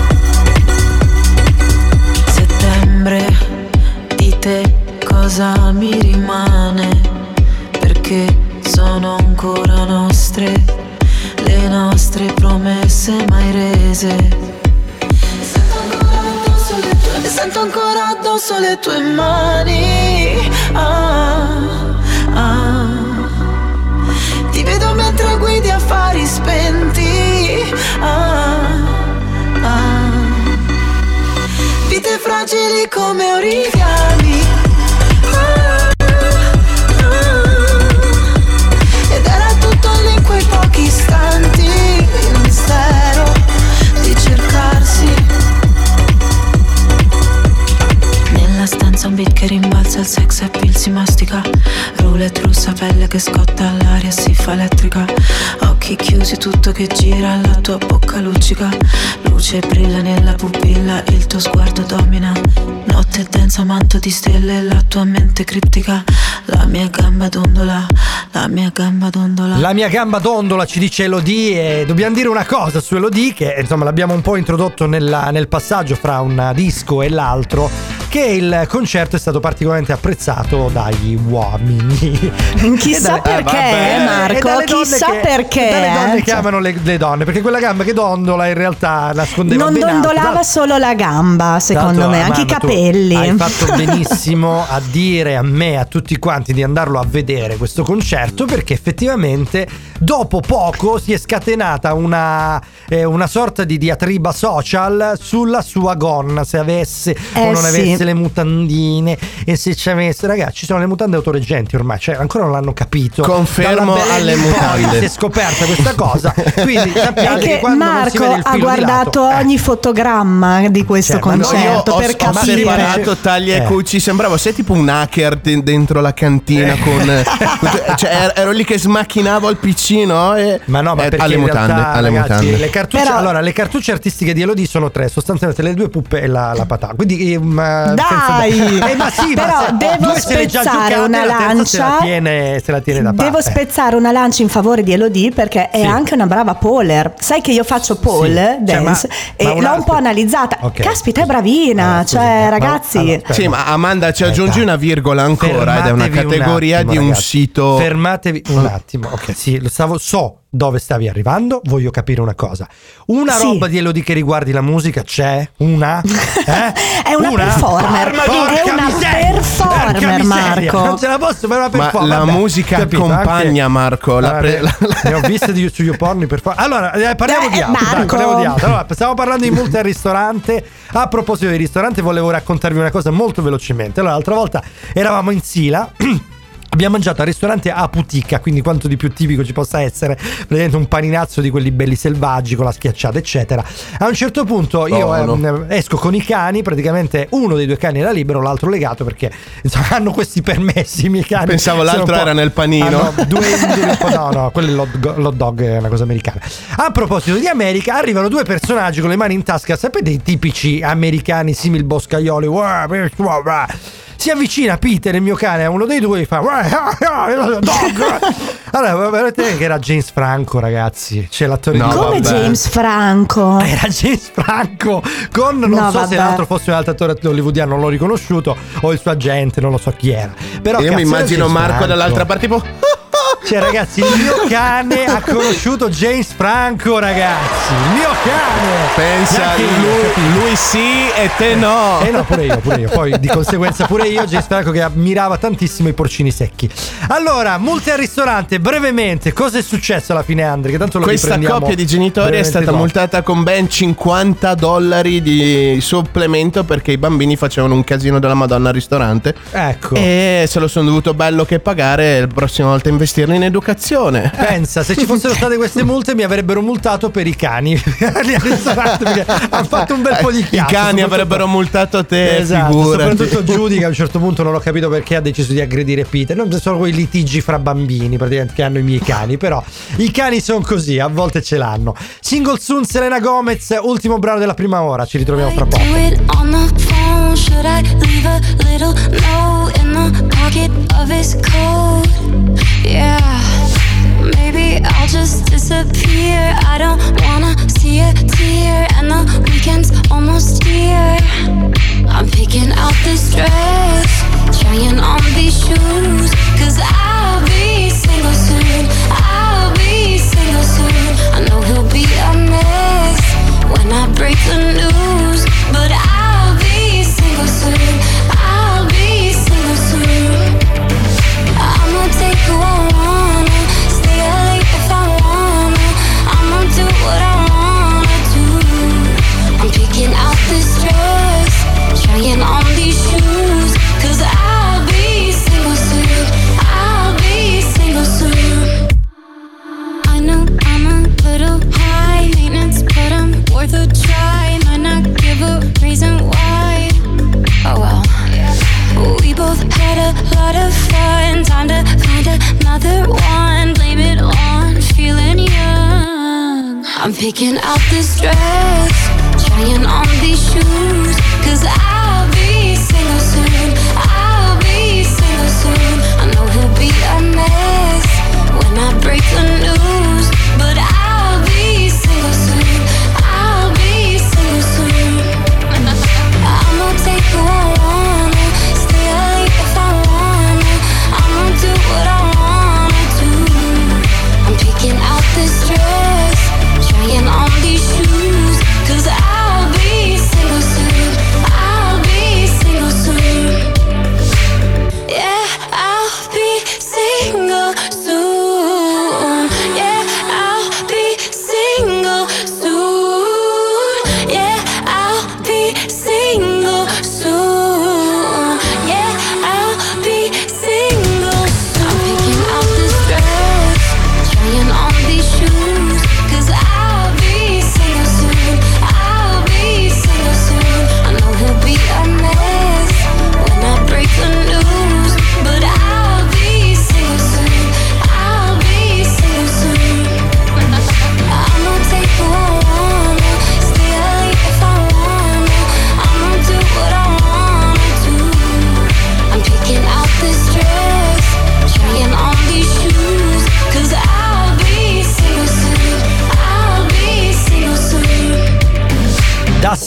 Settembre, di te cosa mi rimane? Perché sono ancora nostre le nostre promesse mai rese. E sento ancora addosso le tue mani. Ti vedo mentre guidi affari spenti. Vite fragili come origami. Ed era tutto lì in quei pochi istanti, il mistero di cercarsi. Nella stanza un beat che rimbalza, il sex appeal si mastica. Roulette russa, pelle che scotta, l'aria si fa elettrica. Occhi chiusi, tutto che gira, la tua bocca luccica. Luce brilla nella pupilla, il tuo sguardo domina. Notte densa, manto di stelle, la tua mente criptica. La mia gamba dondola, la mia gamba dondola. La mia gamba dondola, ci dice Elodie. E dobbiamo dire una cosa su Elodie, che insomma l'abbiamo un po' introdotto nel passaggio fra un disco e l'altro, che il concerto è stato particolarmente apprezzato dagli uomini. Chissà perché, Marco, chissà perché. Dalle donne che amano le donne, perché quella gamba che dondola in realtà nascondeva non dondolava solo la gamba, secondo me, anche i capelli. Hai fatto benissimo a dire a me, a tutti quanti, di andarlo a vedere questo concerto, perché effettivamente dopo poco si è scatenata una sorta di diatriba social sulla sua gonna, se avesse o non avesse le mutandine, e se ci avesse, ragazzi, ci sono le mutande autoreggenti ormai, cioè ancora non l'hanno capito. Confermo alle mutande. Si è scoperta questa cosa, quindi sappiate che quando Marco non si vede il filo ha guardato ogni fotogramma di questo concerto per capire. Ho separato taglia e cuci, sembravo sei tipo un hacker dentro la cantina con cioè ero lì che smacchinavo il PC, no? Ma no, ma perché alle mutande, realtà, alle ragazzi, mutande. le cartucce, allora, le cartucce artistiche di Elodie sono tre, sostanzialmente le due puppe e la patata. Quindi dai, ma sì, però devo spezzare una lancia. Se la tiene da parte. Devo spezzare una lancia in favore di Elodie, perché è anche una brava poller. Sai che io faccio pole dance e l'ho un po' analizzata. Caspita, è bravina, cioè ragazzi. Sì, ma Amanda, ci aggiungi una virgola ancora, ed è una categoria di un sito. Fermatevi un attimo. Ok, sì, lo so dove stavi arrivando? Voglio capire una cosa. Una roba di Elodie che riguardi la musica c'è? Una? È una performer. È una performer, Marco. Non ce la posso fare una performer. Ma la musica accompagna, Marco. Ne ho viste su YouPorn per Allora, parliamo di altro. Parliamo di altro. Allora, stiamo parlando di multe al ristorante. A proposito di ristorante, volevo raccontarvi una cosa molto velocemente. Allora, l'altra volta eravamo in Sila. Abbiamo mangiato al ristorante a Putica, quindi quanto di più tipico ci possa essere, praticamente un paninazzo di quelli belli selvaggi con la schiacciata eccetera. A un certo punto io esco con i cani, praticamente uno dei due cani era libero, l'altro legato perché insomma, hanno questi permessi i miei cani. Pensavo l'altro era nel panino. No, quello è l'hot dog, è una cosa americana. A proposito di America, arrivano due personaggi con le mani in tasca, sapete i tipici americani simil boscaioli. Si avvicina Peter, il mio cane, a uno dei due e fa dog. Allora, vedete che era James Franco, ragazzi. C'è l'attore come James Franco? Era James Franco con non so se l'altro fosse un altro attore hollywoodiano, non l'ho riconosciuto, o il suo agente, non lo so chi era. Però io mi immagino Marco dall'altra parte tipo cioè ragazzi, il mio cane ha conosciuto James Franco, ragazzi. Il mio cane. Pensa, lui sì e te no. No, pure io. Poi di conseguenza pure io, James Franco che ammirava tantissimo i porcini secchi. Allora, multe al ristorante, brevemente, cosa è successo alla fine, Andre? Che tanto lo Questa coppia di genitori è stata multata con ben $50 di supplemento perché i bambini facevano un casino della Madonna al ristorante. Ecco. E se lo sono dovuto bello che pagare, la prossima volta investirne in educazione. Pensa, se ci fossero state queste multe mi avrebbero multato per i cani al ristorante perché hanno fatto un bel po' di chiasso. I cani avrebbero multato te, esatto, figurati. Soprattutto Giudy che a un certo punto non ho capito perché ha deciso di aggredire Peter. Non sono quei litigi fra bambini praticamente che hanno i miei cani, però i cani sono così, a volte ce l'hanno. Single soon, Selena Gomez, ultimo brano della prima ora, ci ritroviamo fra poco. Should I leave a little note in the pocket of his coat? Yeah, maybe I'll just disappear. I don't wanna see a tear, and the weekend's almost here. I'm picking out this dress, trying on these shoes, 'cause I'll be single soon. I'll be single soon. I know he'll be a mess when I break the news, but I'll be single soon. I'll be single soon. I'ma take who I wanna, stay late if I wanna. I'ma do what I wanna do. I'm picking out this dress, trying on these shoes, 'cause I'll be single soon. I'll be single soon. I know I'm a little high maintenance, but I'm worth a try. Might not give a reason why. Oh well. We both had a lot of fun. Time to find another one. Blame it on feeling young. I'm picking out this dress, trying on these shoes, 'cause I'll be single soon. I'll be single soon. I know he'll be a mess when I break the news, but I'll be single soon. I'll be single soon. I'ma take who I wanna, stay late if I wanna. I'ma do what I wanna do. I'm picking out this dress, trying on these shoes, 'cause I'll be single soon. I'll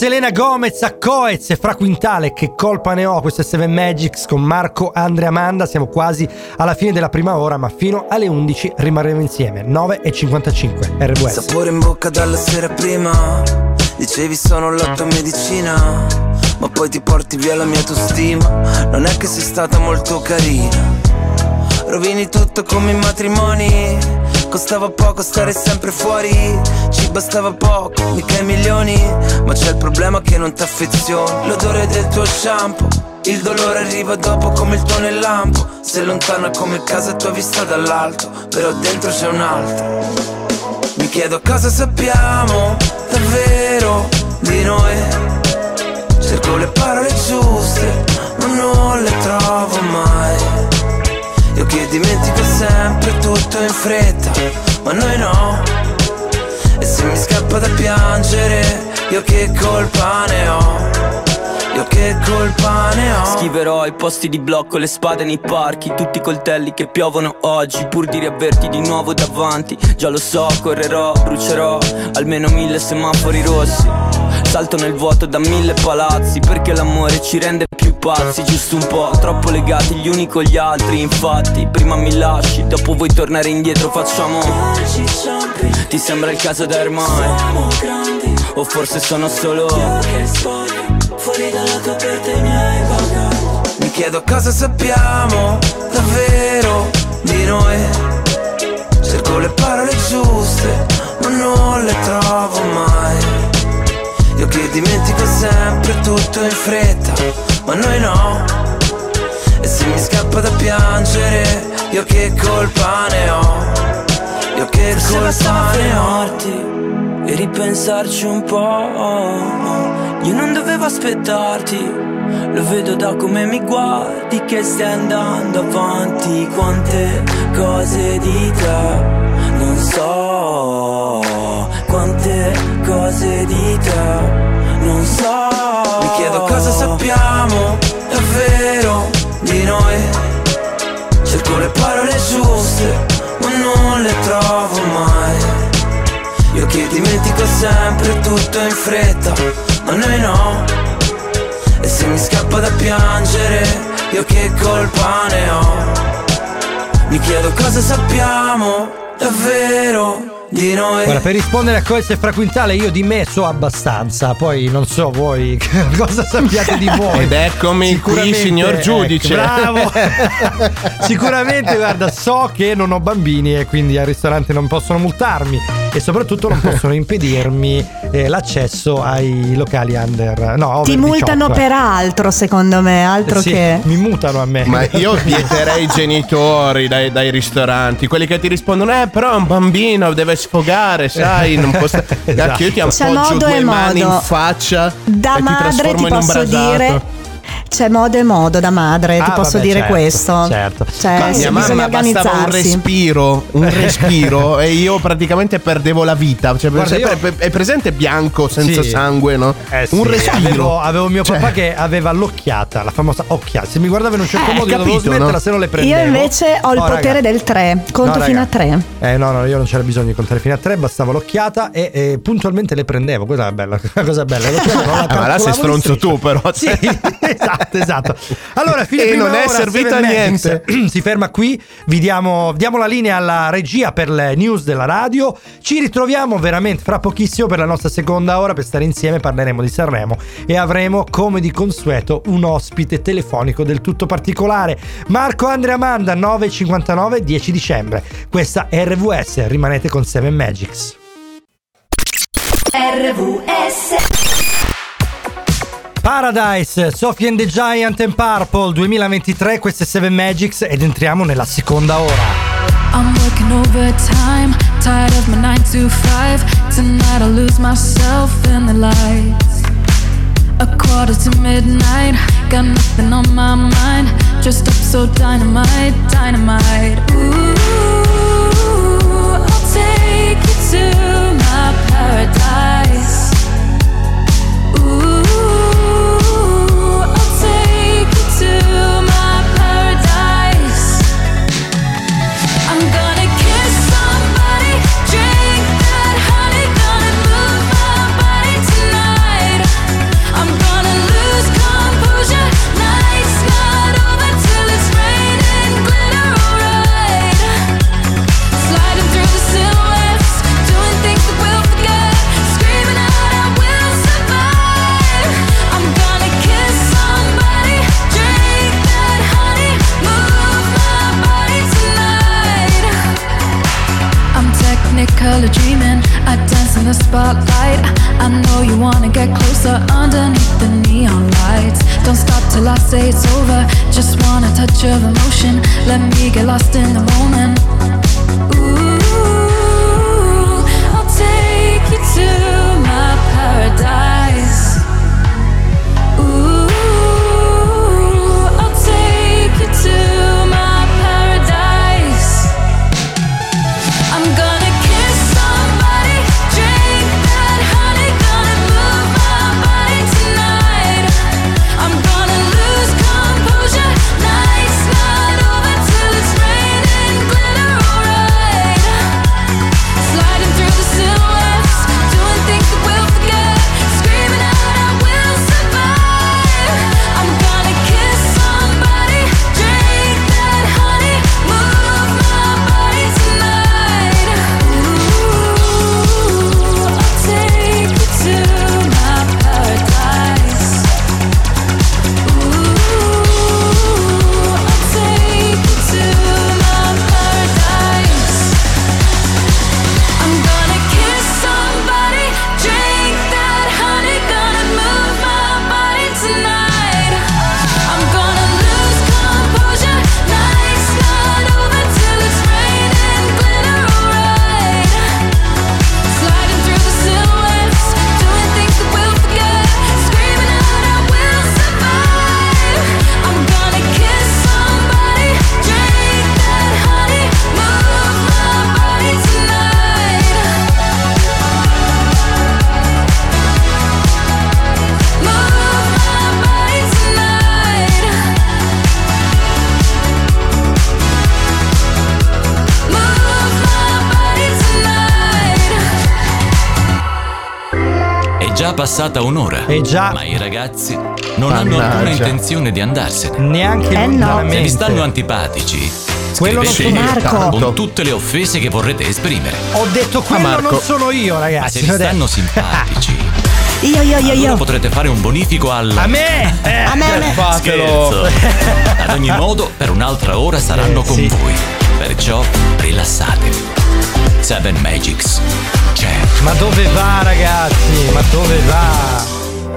Selena Gomez a Coez e Fra Quintale, che colpa ne ho. Questo è Seven Magics con Marco, Andrea, Amanda. Siamo quasi alla fine della prima ora, ma fino alle 11 rimarremo insieme. 9:55 RWS. Sapore in bocca dalla sera prima, dicevi sono la tua medicina, ma poi ti porti via la mia autostima. Non è che sei stata molto carina, rovini tutto come i matrimoni. Costava poco stare sempre fuori, ci bastava poco, mica i milioni. Ma c'è il problema che non t'affezioni. L'odore del tuo shampoo, il dolore arriva dopo come il tuo nel lampo. Sei lontana come casa tua vista dall'alto, però dentro c'è un altro. Mi chiedo cosa sappiamo davvero di noi. Cerco le parole giuste, ma non le trovo mai. Io che dimentico sempre tutto in fretta, ma noi no. E se mi scappa da piangere, io che colpa ne ho? Io che colpa ne ho? Schiverò i posti di blocco, le spade nei parchi, tutti i coltelli che piovono oggi, pur di riaverti di nuovo davanti. Già lo so, correrò, brucerò almeno 1000 semafori rossi. Salto nel vuoto da 1000 palazzi, perché l'amore ci rende più pazzi. Giusto un po', troppo legati gli uni con gli altri. Infatti, prima mi lasci, dopo vuoi tornare indietro, facciamo. Ti sembra il caso da ormai? O forse sono solo io che sbaglio, fuori dalla tua porta i miei bagagli. Mi chiedo cosa sappiamo davvero di noi. Cerco le parole giuste, ma non le trovo mai. Io che dimentico sempre tutto in fretta, ma noi no. E se mi scappa da piangere, io che colpa ne ho? Io che colpa ne ho? E ripensarci un po'. Io non dovevo aspettarti, lo vedo da come mi guardi che stai andando avanti. Quante cose di te non so, quante cose di te non so. Mi chiedo cosa sappiamo davvero di noi. Cerco le parole giuste, ma non le trovo mai. Io che dimentico sempre tutto in fretta, ma noi no. E se mi scappa da piangere, io che colpa ne ho? Mi chiedo cosa sappiamo davvero di noi. Guarda, per rispondere a Coez e Fra Quintale, io di me so abbastanza, poi non so voi cosa sappiate di voi. Ed eccomi qui, signor giudice. Bravo. Sicuramente, guarda, so che non ho bambini e quindi al ristorante non possono multarmi e soprattutto non possono impedirmi l'accesso ai locali under. No, ti multano per altro, secondo me, altro sì, che mi mutano a me. Ma io vieterei i genitori dai ristoranti, quelli che ti rispondono però è un bambino, deve sfogare, sai, non può esatto. Io ti appoggio due mani in faccia da e madre ti trasformo in un brasato. Dire c'è modo e modo da madre, ti posso dire certo, questo. Certo. Cioè, mia mamma bastava un respiro e io praticamente perdevo la vita. Cioè, è presente bianco senza sangue, no? Un respiro. Avevo mio papà che aveva l'occhiata, la famosa occhiata. Se mi guardava in un certo modo io dovevo smetterla, no? Se non le prendevo. Io invece ho il potere del 3, conto fino a 3. No, io non c'era bisogno di contare fino a 3, bastava l'occhiata e puntualmente le prendevo. Quella è bella, una cosa bella. Ma là sei stronzo tu, però. Sì, esatto. Allora, fine non è servito a niente. Si ferma qui, vi diamo la linea alla regia per le news della radio. Ci ritroviamo veramente fra pochissimo per la nostra seconda ora per stare insieme. Parleremo di Sanremo e avremo, come di consueto, un ospite telefonico del tutto particolare. Marco, Andrea, Amanda, 9:59, 10 dicembre. Questa è RWS, rimanete con Seven Magics. RWS Paradise, Sophie and the Giant and Purple 2023, queste 7 Magics ed entriamo nella seconda ora. I'm working overtime, tired of my 9 to 5. Tonight I'll lose myself in the lights. A quarter to midnight, got nothing on my mind. Dressed up so dynamite, dynamite. Ooh, I'll take you to my paradise. color dreaming. I dance in the spotlight. I know you wanna get closer underneath the neon lights. Don't stop till I say it's over. Just want a touch of emotion. Let me get lost in the moment. Ooh, I'll take you to my paradise. Ooh, I'll take you to my paradise. I'm gonna kiss somebody, drink that honey, gonna move my body tonight. I'm gonna lose composure, night's not over till it's raining glitter, alright. Sliding through the silhouettes, doing things that we'll forget, screaming out I will survive. I'm gonna kiss somebody, drink that honey, move my body tonight. Ooh, I'll take you to my paradise. Ooh, I'll take you to my paradise. I'm gonna kiss somebody, drink that honey, gonna move my body tonight. I'm gonna lose composure, night's not over till it's raining glitter, alright. Sliding through the silhouettes, doing things that we'll forget, screaming out I will survive. I'm gonna kiss somebody, drink that honey, move my body tonight. Move my body tonight. Move my body tonight. È già passata un'ora. Ma i ragazzi non hanno Mannaggia. alcuna intenzione di andarsene. Neanche lui no. lontanamente. Se vi stanno antipatici, Quello non scrivetemi sono Marco. con tutte le offese che vorrete esprimere. Ho detto quello Marco. non sono io, Ma ragazzi. se vi stanno simpatici, Io. allora potrete fare un bonifico al... A me! A me. Scherzo. Ad ogni modo, per un'altra ora saranno con sì. voi. Perciò rilassatevi. Seven Magics c'è. Ma dove va, ragazzi? Ma dove va?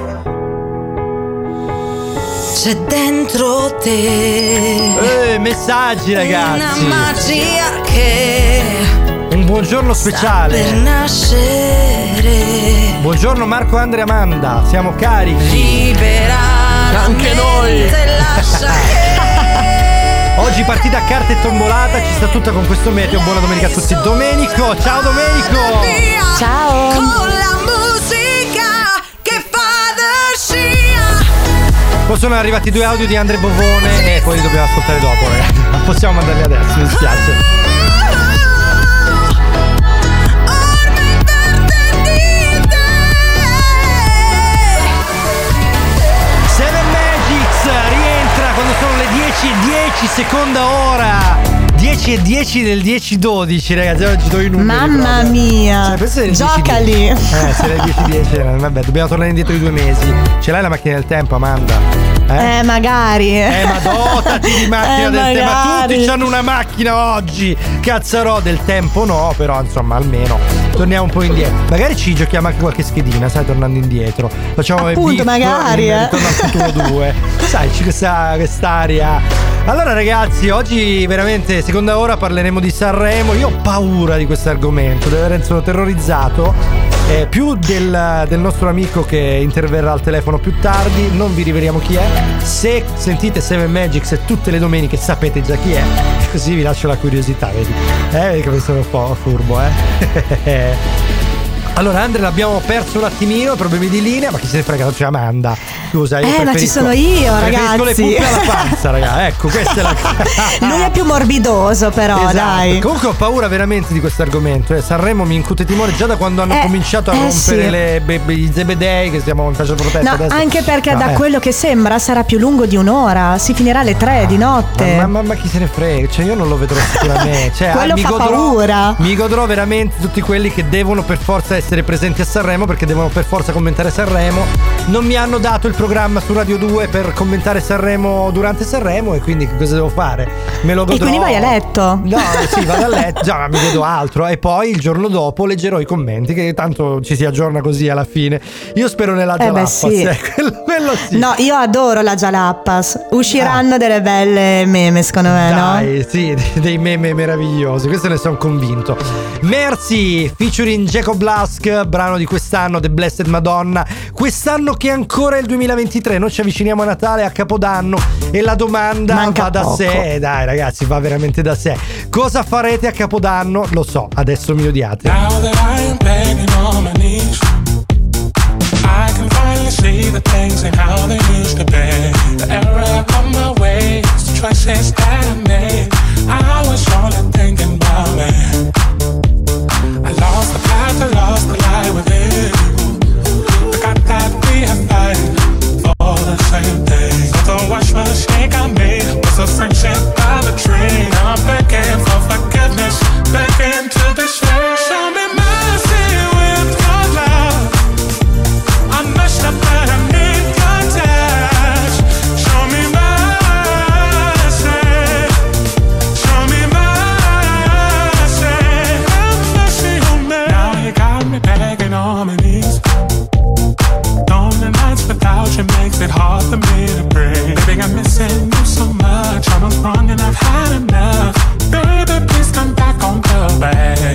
C'è dentro te Messaggi, una ragazzi. magia che Un buongiorno per speciale. nascere. Buongiorno Marco, Andrea, Amanda. Siamo carichi. Libera Anche noi. lascia che Oggi partita a carte e tombolata. Ci sta tutta con questo meteo. Buona domenica a tutti. Domenico. Ciao Domenico. Ciao. con la musica che fa da scia. Poi sono arrivati 2 audio di Andre Bovone e poi li dobbiamo ascoltare dopo, ragazzi. Non possiamo mandarli adesso, mi dispiace. Seven Magics rientra quando sono le 10:10, seconda ora. 10:10 del 10:12, ragazzi. Oggi do i numeri. Mamma proprio. mia. Questo è il Giocali. 10:10. Se era il 10:10, vabbè, dobbiamo tornare indietro di 2 mesi. Ce l'hai la macchina del tempo, Amanda? Magari. Ma dotati di macchina del tempo. Ma magari. tutti hanno una macchina oggi. Cazzarò del tempo no, però insomma almeno torniamo un po' indietro. Magari ci giochiamo anche qualche schedina, sai, tornando indietro. Facciamo Appunto, magari, Ritorno al futuro 2. Sai, c'è quest'aria. Allora ragazzi, oggi veramente seconda ora parleremo di Sanremo. Io ho paura di questo argomento, sono terrorizzato. Più del nostro amico che interverrà al telefono più tardi. Non vi riveliamo chi è. Se sentite Seven Magics tutte le domeniche sapete già chi è. Così vi lascio la curiosità, vedi? Vedi come sono un po' furbo, Allora Andre l'abbiamo perso un attimino, problemi di linea, ma chi se ne frega, non c'è Amanda. Scusa, io ma ci sono io, preferisco ragazzi. le puppe alla panza, raga. Ecco, questa è la Lui è più morbidoso, però, esatto. dai. Comunque ho paura veramente di questo argomento. Sanremo mi incute timore già da quando hanno cominciato a rompere i zebedei, che stiamo in faccia protesta No, adesso. anche perché da quello che sembra sarà più lungo di un'ora. Si finirà alle 3 di notte. Ma chi se ne frega? Cioè io non lo vedrò sicuramente. Cioè, Quello fa paura. Mi godrò veramente tutti quelli che devono per forza essere presenti a Sanremo perché devono per forza commentare Sanremo. Non mi hanno dato il programma su Radio 2 per commentare Sanremo durante Sanremo, e quindi cosa devo fare? Me lo godrò. E quindi vai a letto? No, sì, vado a letto, già, ma mi vedo altro, e poi il giorno dopo leggerò i commenti, che tanto ci si aggiorna così alla fine. Io spero nella Jalappas, sì. quello sì. No, io adoro la Jalappas. Usciranno delle belle meme, secondo me. Dai, no? Sì, dei meme meravigliosi, questo ne sono convinto. Mercy featuring Jacob Blask, brano di quest'anno, The Blessed Madonna. Quest'anno che ancora è il 2023, noi ci avviciniamo a Natale, a Capodanno, e la domanda manca va da poco. sé. Dai ragazzi, va veramente da sé. Cosa farete a Capodanno? Lo so, adesso mi odiate. Now that I am begging on my knees, I can finally see the things and how they used to be. The error of my ways, the choices that I made, I was only thinking about me. I lost the path, I lost the light within. Forgot that we had fight for the same thing. The wash mistake I made was a friendship by the tree. Now I'm begging for forgiveness, begging to be shared. Show me mercy with your love. I messed up but I need your touch. Show me mercy. Show me mercy. Have mercy on me. Now you got me begging on my knees. Lonely nights without you makes it hard for me to breathe. Baby, I'm missing you so much. I'm wrong and I've had enough. Baby, please come back on the way.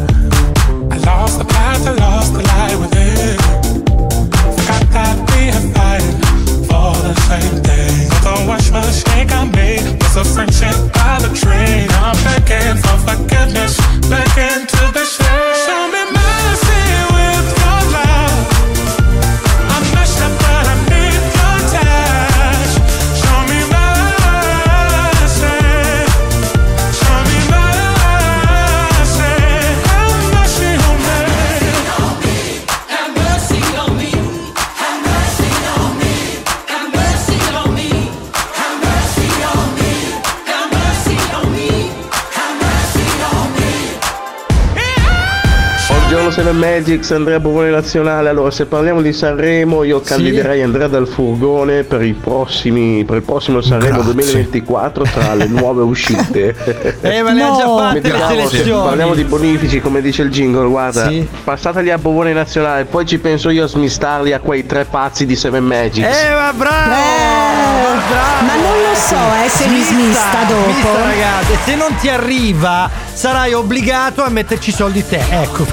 I lost the path, I lost the light within. Forgot that we had fighting for the same thing. The worst mistake I made was a friendship by the tree. Now I'm begging for forgiveness, begging to be shared. Show me mercy with your love. I messed up but I need your touch. Show me mercy. Show me mercy. Have mercy on me. Have mercy on me. Have mercy on me. Have mercy on me. Have mercy on me. Have mercy on me. Have mercy on me. Buongiorno Seven Magics, Andrea Bovone Nazionale. Allora, se parliamo di Sanremo, io candiderei Andrea Dal Furgone per il prossimo Sanremo 2024 tra le nuove uscite. Ma le ha già fatte le se selezioni. parliamo di bonifici, come dice il jingle, guarda, passateli a Bovone Nazionale, poi ci penso io a smistarli a quei tre pazzi di Seven Magics. Ma bravo! Ma non lo so se li smista dopo. Smista, ragazzi, se non ti arriva sarai obbligato a metterci i soldi te. Ecco.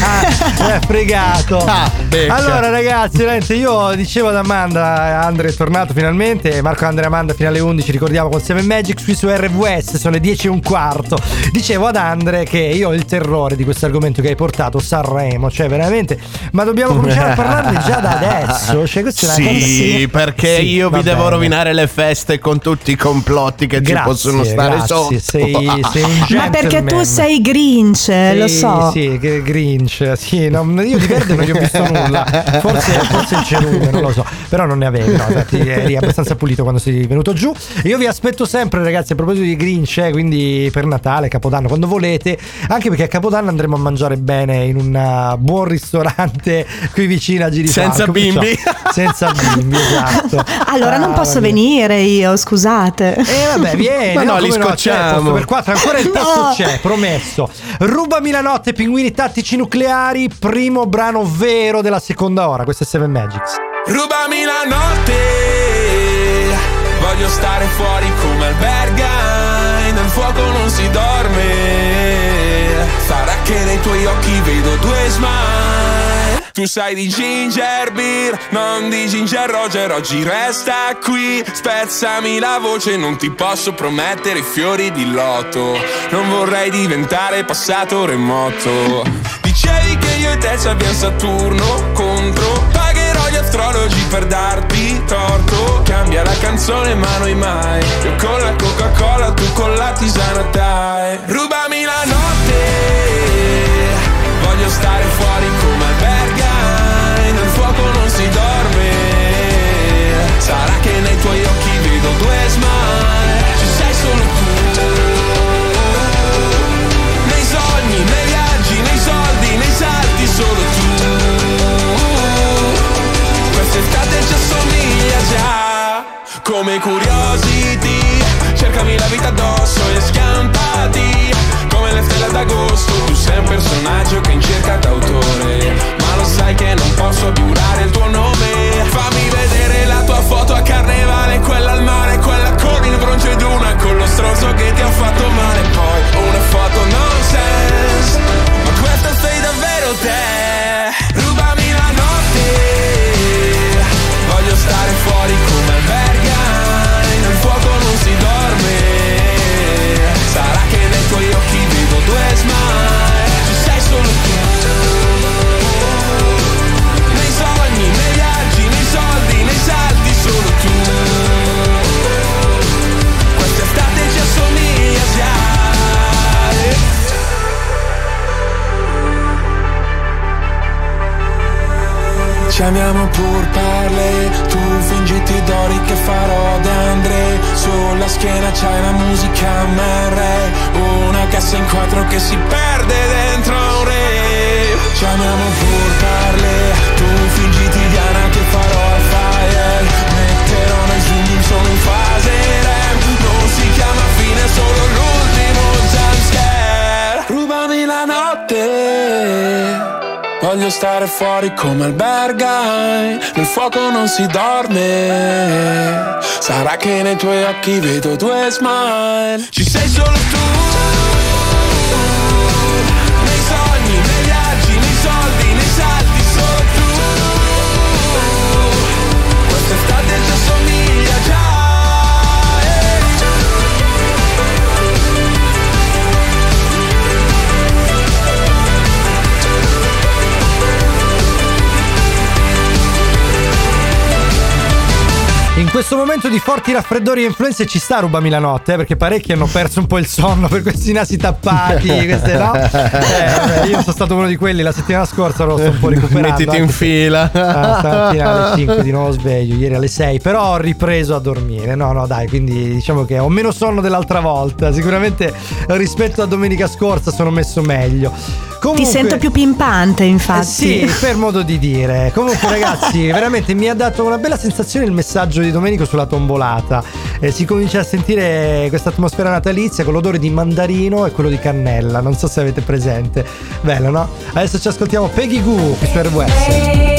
Fregato. Allora ragazzi, io dicevo ad Amanda, Andre è tornato finalmente, Marco Andre e Amanda fino alle 11, ricordiamo, con Seven Magics qui su RVS, sono le 10:15. Dicevo ad Andre che io ho il terrore di questo argomento che hai portato, Sanremo, cioè veramente, ma dobbiamo cominciare a parlarne già da adesso, cioè questa è una cosa perché io vi devo rovinare le feste con tutti i complotti che ci possono stare sotto. Sei un gentleman. Ma perché tu sei Grinch, lo so. Sì, Grinch, sì, no, io di verde non gli ho visto nulla. Forse il cerume, non lo so. Però non ne avevi, no, infatti eri abbastanza pulito quando sei venuto giù. Io vi aspetto sempre, ragazzi, a proposito di Grinch, quindi per Natale, Capodanno, quando volete. Anche perché a Capodanno andremo a mangiare bene in un buon ristorante qui vicino a Girifalco. Senza bimbi. Senza bimbi, esatto. Allora non posso venire io, scusate. Vabbè, vieni. Ma no, li scocciamo. Per 4 ancora il posto c'è, promesso. Rubami la notte, pinguini tattici nucleari, primo brano vero della seconda ora. Questo è Seven Magics. Rubami la notte, voglio stare fuori come albergai, nel fuoco non si dorme, sarà che nei tuoi occhi vedo due smile. Tu sai di ginger beer, non di ginger Roger, oggi resta qui, spezzami la voce, non ti posso promettere fiori di loto, non vorrei diventare passato remoto. Dicevi che io e te ci abbiamo Saturno contro, pagherò gli astrologi per darti torto, cambia la canzone ma noi mai, io con la Coca-Cola, tu con la tisana dai. Rubami la notte, voglio stare fuori come albergai, nel fuoco non si dorme, sarà che nei tuoi occhi vedo due smile, ci sei solo tu, nei sogni, nei viaggi, nei soldi, nei salti, solo tu. Chiamiamo pur parle, tu fingiti Dori che farò De André. Sulla schiena c'hai la musica MR, una cassa in quattro che si perde dentro un rave. Chiamiamo pur parle, tu fingiti Diana che farò al fire. Metterò nel zoom solo in fase REM, non si chiama fine, solo l'ultimo jumpscare. Rubami la notte, voglio stare fuori come al Berghain, nel fuoco non si dorme. Sarà che nei tuoi occhi vedo due smile. Ci sei solo tu, nei sogni, nei viaggi, nei soldi, nei salti, solo tu. Quest'estate ci assomiglia già. In questo momento di forti raffreddori e influenze ci sta Rubami la notte, perché parecchi hanno perso un po' il sonno per questi nasi tappati, queste no? Vabbè, io sono stato uno di quelli la settimana scorsa, lo sto un po' recuperando. Mettiti in fila. Stamattina alle 5 di nuovo sveglio, ieri alle 6, però ho ripreso a dormire. No, dai, quindi diciamo che ho meno sonno dell'altra volta. Sicuramente rispetto a domenica scorsa sono messo meglio. Comunque, ti sento più pimpante, infatti. Sì, per modo di dire. Comunque ragazzi, veramente mi ha dato una bella sensazione il messaggio di Domenico sulla tombolata. Si comincia a sentire questa atmosfera natalizia con l'odore di mandarino e quello di cannella. Non so se avete presente. Bello, no? Adesso ci ascoltiamo Peggy Goo qui su RWS.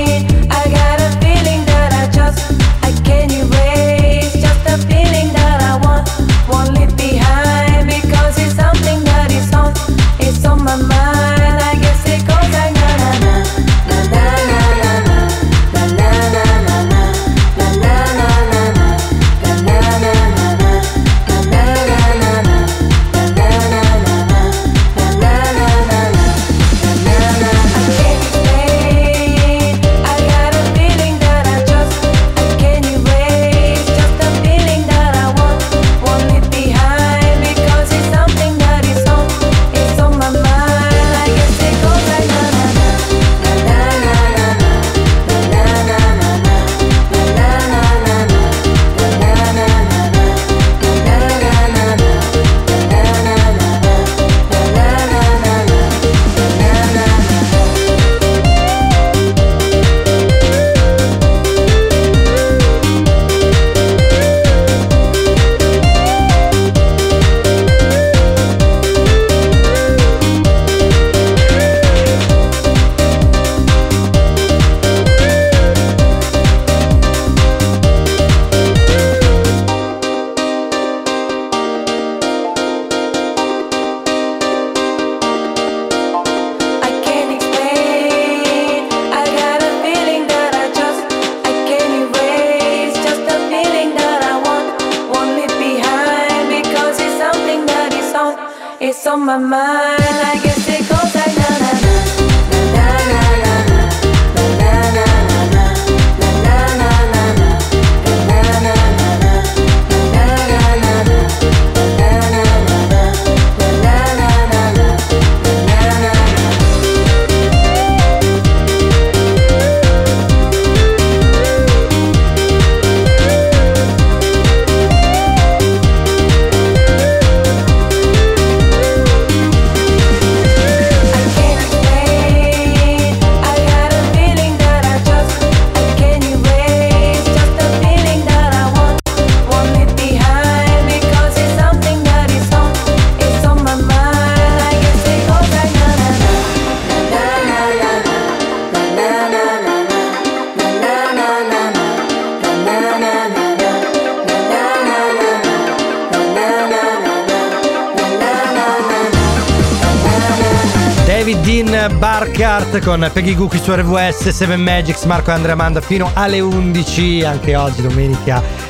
Barcart con Peggy Goo qui su RWS, 7 Magics, Marco e Andrea Manda fino alle 11, anche oggi domenica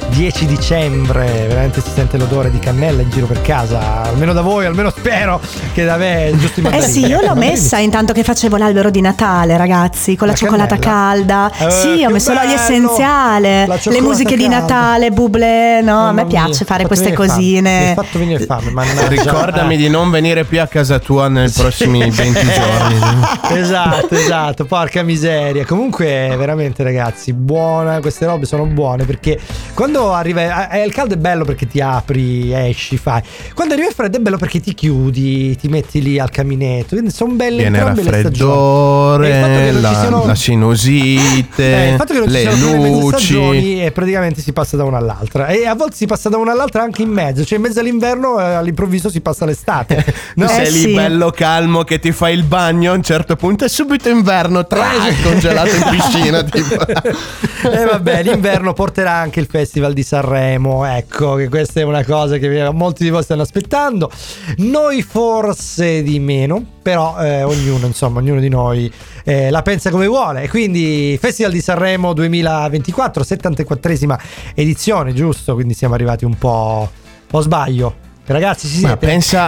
10 dicembre, veramente si sente l'odore di cannella in giro per casa, almeno da voi, almeno spero che da me, giusto i mandarini. Sì, io l'ho messa intanto che facevo l'albero di Natale, ragazzi, con la cioccolata calda. Sì, ho messo l'olio essenziale, le musiche di Natale, Bublé, no, a me piace fare queste cosine. Mi hai fatto venire fame, ricordami di non venire più a casa tua nei prossimi 20 giorni. Esatto, porca miseria. Comunque veramente ragazzi, buona, queste robe sono buone perché quando arriva il caldo è bello perché ti apri, esci, fai. Quando arriva il freddo è bello perché ti chiudi, ti metti lì al caminetto, quindi sono belle entrambe le raffreddore, la sinusite, il fatto che non ci le siano le luci stagioni e praticamente si passa da una all'altra e a volte si passa da una all'altra anche in mezzo, cioè in mezzo all'inverno all'improvviso si passa l'estate. No? Sei lì bello calmo che ti fai il bagno, a un certo punto è subito inverno, congelato in piscina tipo. E vabbè, l'inverno porterà anche il Festival di Sanremo, ecco che questa è una cosa che molti di voi stanno aspettando, noi forse di meno, però ognuno di noi la pensa come vuole, e quindi Festival di Sanremo 2024, 74esima edizione, giusto? Quindi siamo arrivati un po', o sbaglio? Ragazzi, ci siete? Pensa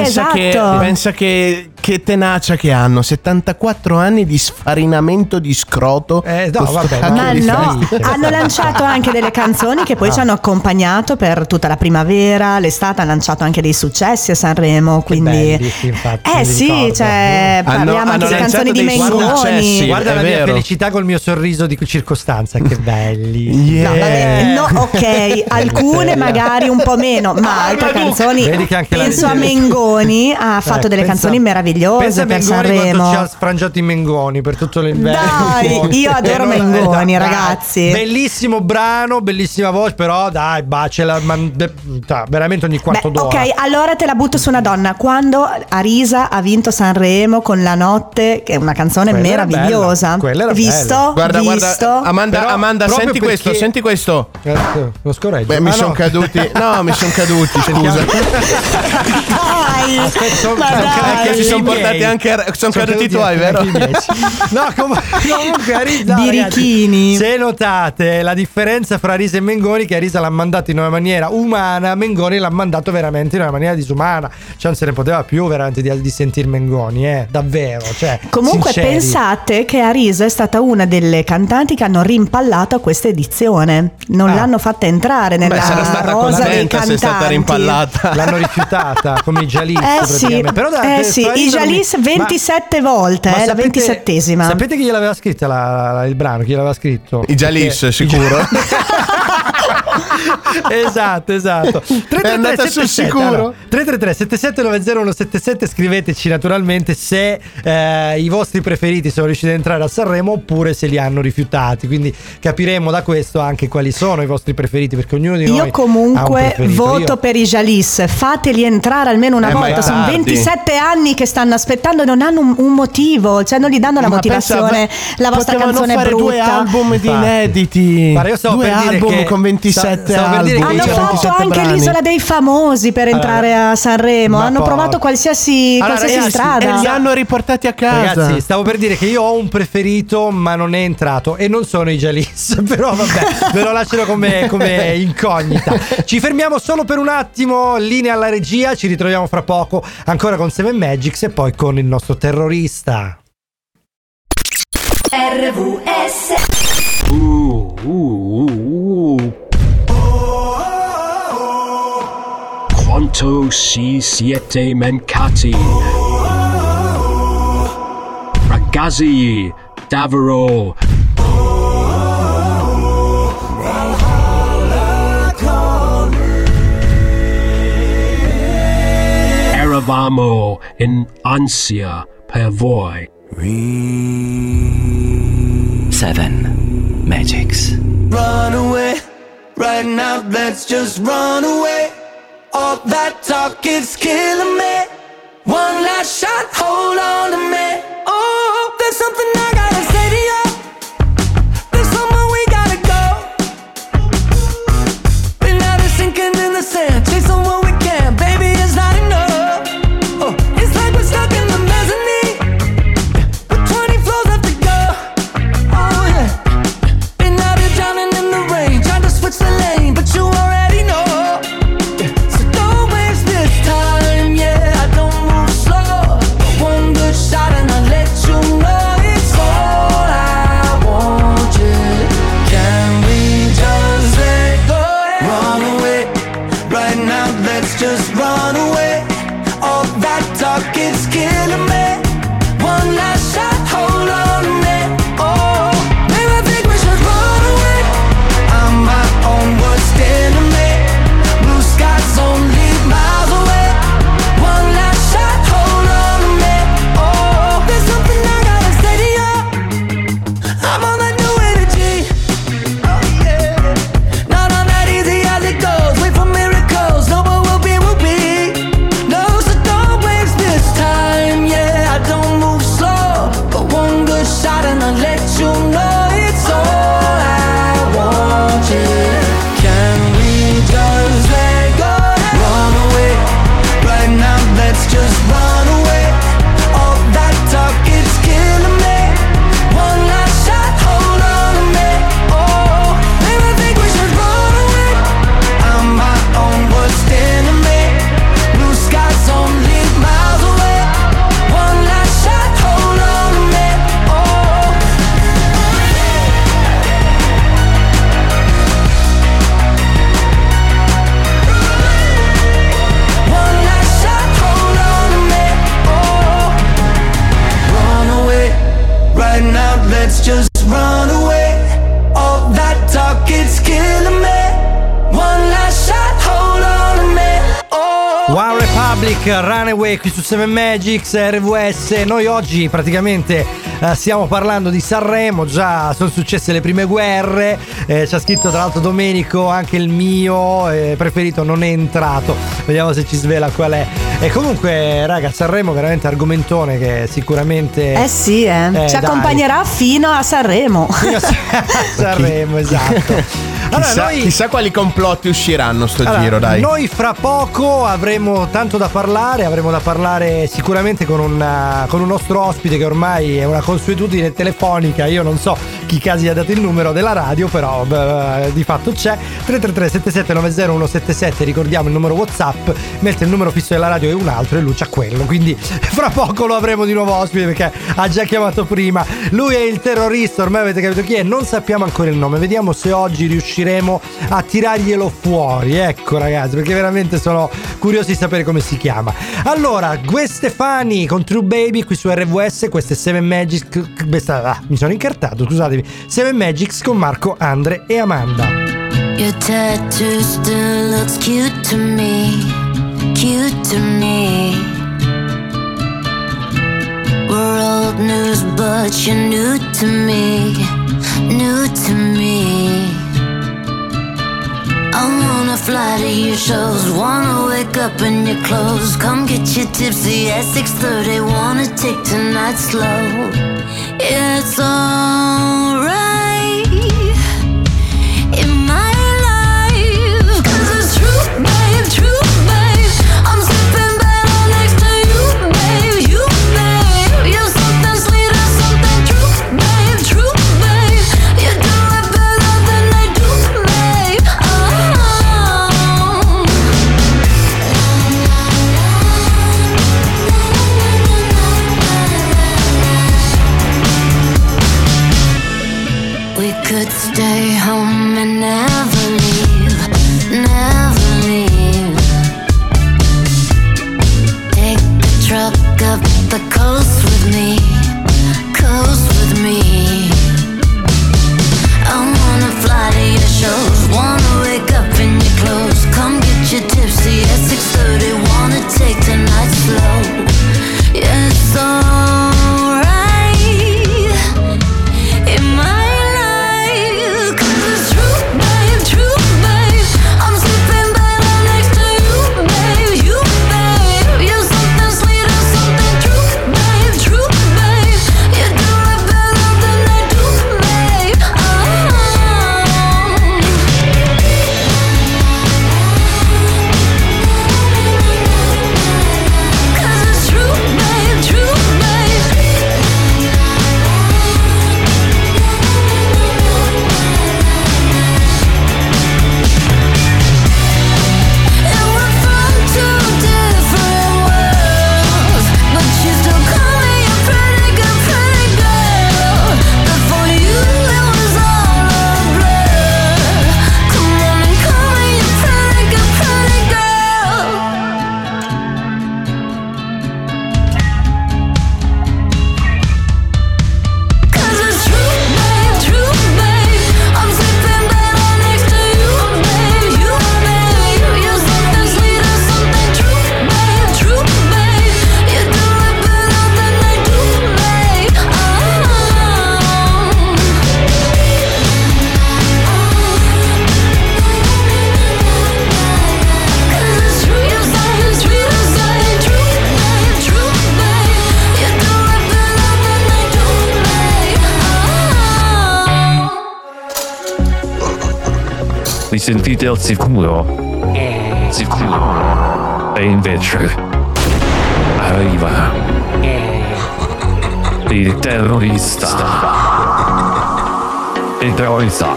che tenacia che hanno, 74 anni di sfarinamento di scroto. Hanno lanciato anche delle canzoni che poi ci hanno accompagnato per tutta la primavera, l'estate, hanno lanciato anche dei successi a Sanremo, quindi belli, sì, infatti, parliamo anche di canzoni di Mengoni. Guarda la mia felicità col mio sorriso di circostanza, che belli. Ok, alcune magari un po' meno, ma altre canzoni. Penso a Mengoni, ha fatto delle canzoni meravigliose per Sanremo. Ci ha sfrangiato i Mengoni per tutto l'inverno. Dai, io adoro Mengoni, ragazzi. Bellissimo brano, bellissima voce, però dai, veramente ogni quarto d'ora. Ok, allora te la butto su una donna. Quando Arisa ha vinto Sanremo con La Notte, che è una canzone meravigliosa. Quella era visto? Guarda, Amanda, senti questo. Lo scorreggio. Beh, mi sono caduti, scusa. Dai, si sono portati anche, sono caduti i tuoi, vero? No, comunque Arisa, birichini. Se notate la differenza fra Arisa e Mengoni, che Arisa l'ha mandato in una maniera umana, Mengoni l'ha mandato veramente in una maniera disumana, cioè non se ne poteva più veramente di sentir Mengoni, davvero, cioè, comunque sinceri. Pensate che Arisa è stata una delle cantanti che hanno rimpallato a questa edizione, non l'hanno fatta entrare nella rosa dei cantanti. Se è stata rimpallata, l'hanno rifiutata come i Jalis, però i Jalis 27 volte, la 27esima. Sapete chi gliel'aveva scritta il brano? Chi gliel'aveva scritto? I Jalis, sicuro. Esatto. 333 è andata sul sicuro. 333 7790 177, scriveteci naturalmente se i vostri preferiti sono riusciti ad entrare a Sanremo oppure se li hanno rifiutati, quindi capiremo da questo anche quali sono i vostri preferiti, perché ognuno di noi io comunque voto per i Jalis, fateli entrare almeno una volta, sono 27 anni che stanno aspettando e non hanno un motivo, cioè non gli danno la motivazione, la vostra canzone è brutta. Due album di inediti, due album con 27 album, hanno fatto anche l'Isola dei Famosi per entrare a Sanremo, hanno provato qualsiasi strada e li hanno riportati a casa. Ragazzi, stavo per dire che io ho un preferito ma non è entrato e non sono i Jalis, però vabbè, ve lo lascerò come incognita. Ci fermiamo solo per un attimo, linea alla regia, ci ritroviamo fra poco ancora con Seven Magics e poi con il nostro terrorista RVS. Quanto si siete mancati, ragazzi, davvero. Eravamo in ansia per voi. Seven Magics. Run away, right now let's just run away. All that talk is killing me. One last shot, hold on to me. Oh, there's something I gotta say to you. There's somewhere we gotta go. Been out of sinking in the sand, chasing what we can, baby, it's not enough. Oh, it's like we're stuck in the mezzanine with 20 floors left to go. Oh yeah, been out here drowning in the rain, trying to switch the lane, but you Music, Runaway qui su 7 Magics, RVS. Noi oggi praticamente stiamo parlando di Sanremo, già sono successe le prime guerre, ci ha scritto tra l'altro Domenico, anche il mio preferito non è entrato, vediamo se ci svela qual è. E comunque raga, Sanremo veramente argomentone che sicuramente ci accompagnerà fino a Sanremo. Fino a Sanremo, esatto. Allora, chissà quali complotti usciranno giro, dai. Noi fra poco avremo tanto da parlare, avremo da parlare sicuramente con un nostro ospite che ormai è una consuetudine telefonica. Io non so chi casi ha dato il numero della radio, però di fatto c'è 333 7790 177, ricordiamo il numero WhatsApp, mentre il numero fisso della radio è un altro e lui c'ha quello, quindi fra poco lo avremo di nuovo ospite perché ha già chiamato prima. Lui è il terrorista, ormai avete capito chi è, non sappiamo ancora il nome, vediamo se oggi riusciremo a tirarglielo fuori, ecco ragazzi, perché veramente sono curiosi di sapere come si chiama. Allora, Gwen Stefani con True Baby qui su RVS, questo è 7 Magics, mi sono incartato, scusatevi, 7 Magics con Marco, Andre e Amanda. Your tattoo still looks cute to me, cute to me. We're old news but you're new to me, new to me. I wanna fly to your shows, wanna wake up in your clothes, come get you tipsy at 6:30, wanna take tonight slow. It's alright in my life, 'cause it's true babe, I'm sleeping better next to you babe, you're something sweet or something true babe, you do it better than I do babe. We could stay home and never leave, never leave. Take the truck up the coast with me, coast with me. I wanna fly to your shows, wanna wake up in your clothes, come get you tipsy at 6:30, wanna take tonight slow. Yeah, it's alright in my life, 'cause it's true babe, I'm sleeping better next to you babe, you're something sweet or something true babe, you do it better than I do babe. Vi sentite al sicuro? Sicuro. E invece arriva il terrorista. Il terrorista.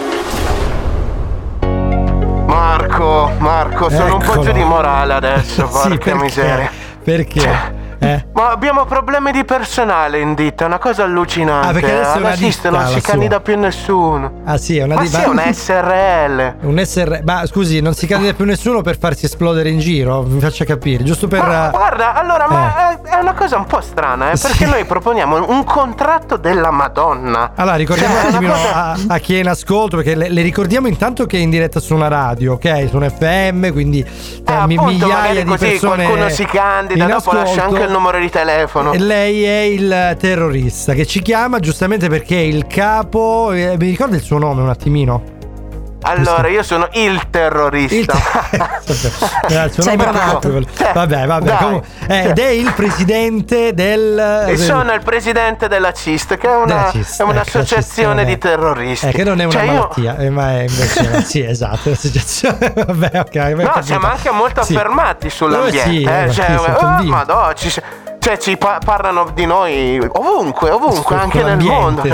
Marco, sono un po' giù di morale adesso, porca miseria. Perché? Ma abbiamo problemi di personale in ditta, è una cosa allucinante. Perché adesso è una ditta, non si candida più nessuno. Ah sì, è una ditta. Ma sì, è una SRL. Un SRL. Ma scusi, non si candida più nessuno per farsi esplodere in giro? Mi faccia capire, giusto per... Ma guarda, allora, ma è una cosa un po' strana, perché noi proponiamo un contratto della Madonna. Allora, ricordiamo un attimino a chi è in ascolto, perché le ricordiamo intanto che è in diretta su una radio, ok? Su un FM, quindi migliaia di così persone. Qualcuno si candida, dopo ascolto, lascia anche il numero di telefono. E lei è il terrorista che ci chiama giustamente perché il capo. Mi ricorda il suo nome un attimino? Allora, io sono il terrorista. Sei bravato. Vabbè. Ed è il presidente del. E sono il presidente della CIST, che è un'associazione di terroristi. Che non è una malattia, ma è invece sì, esatto, l'associazione. Vabbè, ok. No, siamo anche molto affermati sull'ambiente. Madonna, ci parlano di noi ovunque, anche nel mondo.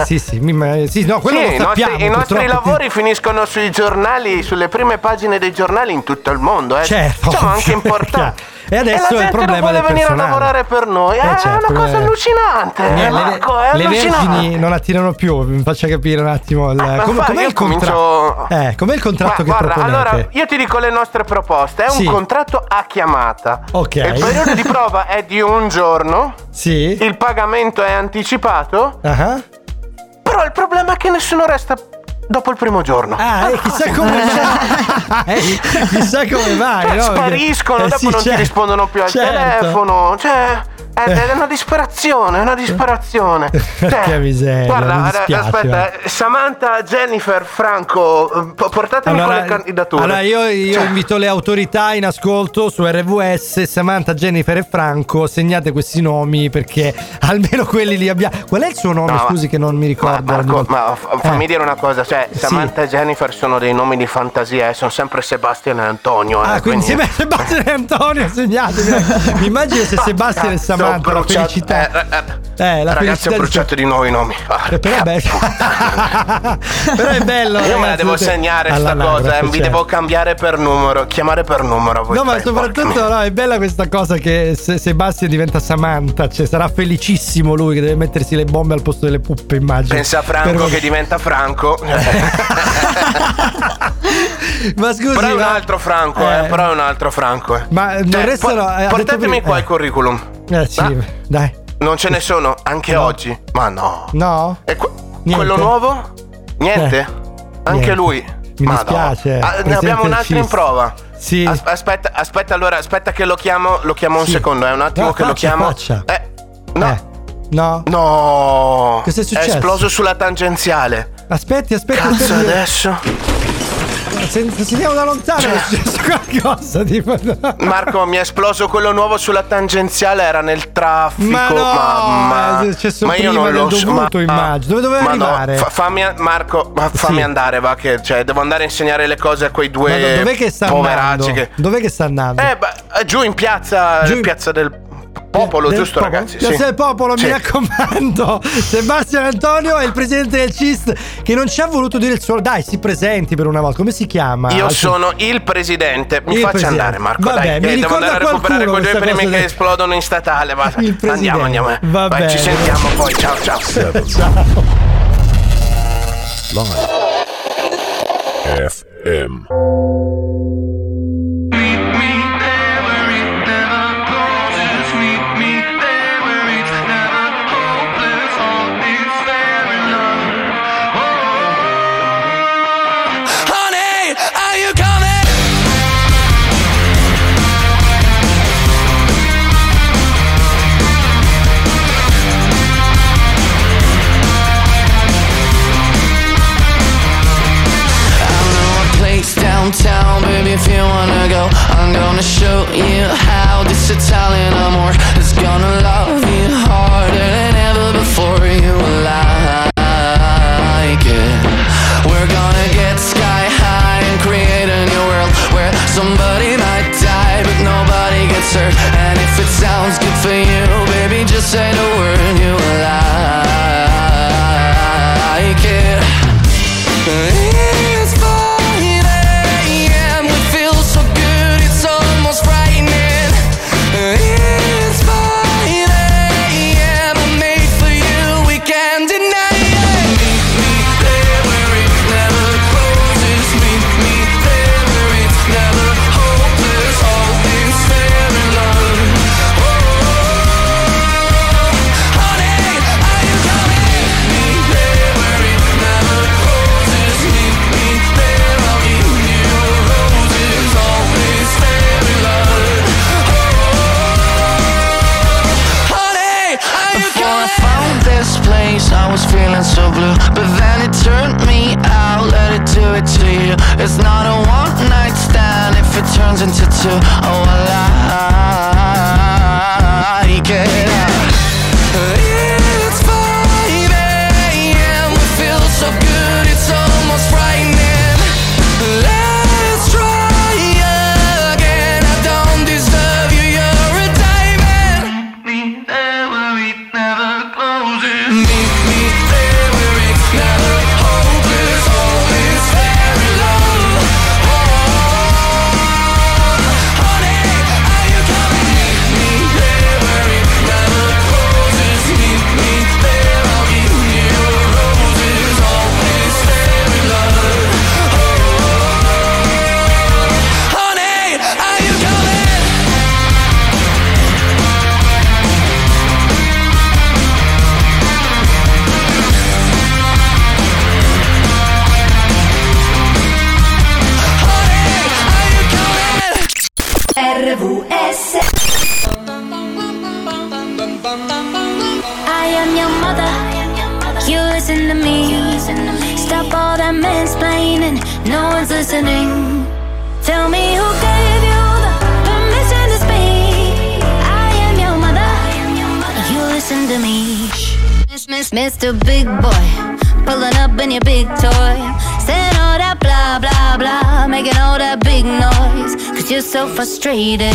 I nostri lavori finiscono sui giornali, sulle prime pagine dei giornali in tutto il mondo. Certo. Siamo anche importanti. E adesso è il problema del personale. E la gente non vuole venire a lavorare per noi. È una cosa allucinante. Le vergini non attirano più. Mi faccia capire un attimo com'è il contratto. Com'è il contratto che proponete? Allora, io ti dico le nostre proposte. È un contratto a chiamata. Ok. Il periodo di prova è di un giorno. Sì. Il pagamento è anticipato. Però il problema è che nessuno resta dopo il primo giorno. Chissà come mai. Chissà come mai, no? Spariscono, dopo non ti rispondono più al telefono. È una disperazione, Che miseria. Guarda, aspetta, Samantha, Jennifer, Franco, portatemi con le candidature. Allora io invito le autorità in ascolto su RVS, Samantha, Jennifer e Franco, segnate questi nomi perché almeno quelli li abbiamo. Qual è il suo nome? Scusi che non mi ricordo. Marco, fammi dire una cosa, Samantha e Jennifer sono dei nomi di fantasia, sono sempre Sebastian e Antonio. Quindi Sebastian e Antonio, segnatevi. Mi immagino se Sebastian e Samantha. La felicità. Ragazzi, ho bruciato di nuovo i nomi. Però è bello. Io me la devo segnare sta cosa. Vi devo cambiare per numero, chiamare per numero. No, ma soprattutto è bella questa cosa che Sebastian diventa Samantha. Sarà felicissimo lui che deve mettersi le bombe al posto delle puppe, immagino. Pensa a Franco che diventa Franco. Ma scusi, però è un altro Franco. Ma non restano. Portatemi qua il curriculum. Dai. Non ce ne sono anche oggi. Ma no. No? E quello nuovo? Niente? Anche lui. Mi dispiace. Ne abbiamo un altro in prova. Sì. Aspetta, allora, aspetta che lo chiamo un secondo, è un attimo che lo chiamo. No. Cosa è successo? È esploso sulla tangenziale. Aspetti. Cazzo, adesso. Sentiamo da lontano, è successo qualcosa tipo. Marco, mi è esploso quello nuovo sulla tangenziale, era nel traffico. Ma è successo prima non lo so. Immagino. Dove doveva arrivare? Fammi andare, va, che devo andare a insegnare le cose a quei due dov'è che sta poveracci andando? Dov'è che sta andando? Giù in piazza, piazza del Popolo, giusto ragazzi? Piazza del Popolo, mi raccomando. Sebastian Antonio è il presidente del CIST che non ci ha voluto dire il suo. Dai, si presenti per una volta. Come si chiama? Io sono il presidente. Mi faccia andare, Marco. Vabbè, dai, devo andare a recuperare quei due premi che esplodono in statale. Andiamo. Vai, ci sentiamo poi. Ciao. Ciao. Live FM. Downtown, baby, if you wanna go, I'm gonna show you how this Italian amor is gonna love you harder than ever before. You like it. We're gonna get sky high and create a new world where somebody might die but nobody gets hurt. And if it sounds good for you, baby, just say the word. You like it. It's 5 a.m. We feel so good, it's almost frightening. It's 5 a.m. days I was feeling so blue, but then it turned me out, let it do it to you. It's not a one night stand if it turns into two. Oh, I like it. It's 5 a.m. We feel so good, it's almost frightening. Let's try again. I don't deserve you, you're a diamond. Meet me there where it never closes. Meet me there where it's never hopeless. All is fairy love. Oh, honey, are you coming? Meet me there where it never closes. Meet me there, I'll give you roses. All is fairy love. Oh, honey, are you coming? RVS. I am your mother. You listen to me. Stop all that mansplaining. No one's listening. Tell me who gave you the permission to speak. I am your mother. You listen to me. Mr. Big Boy, pulling up in your big toy, saying all that blah blah blah, making all that big noise. Cause you're so frustrated,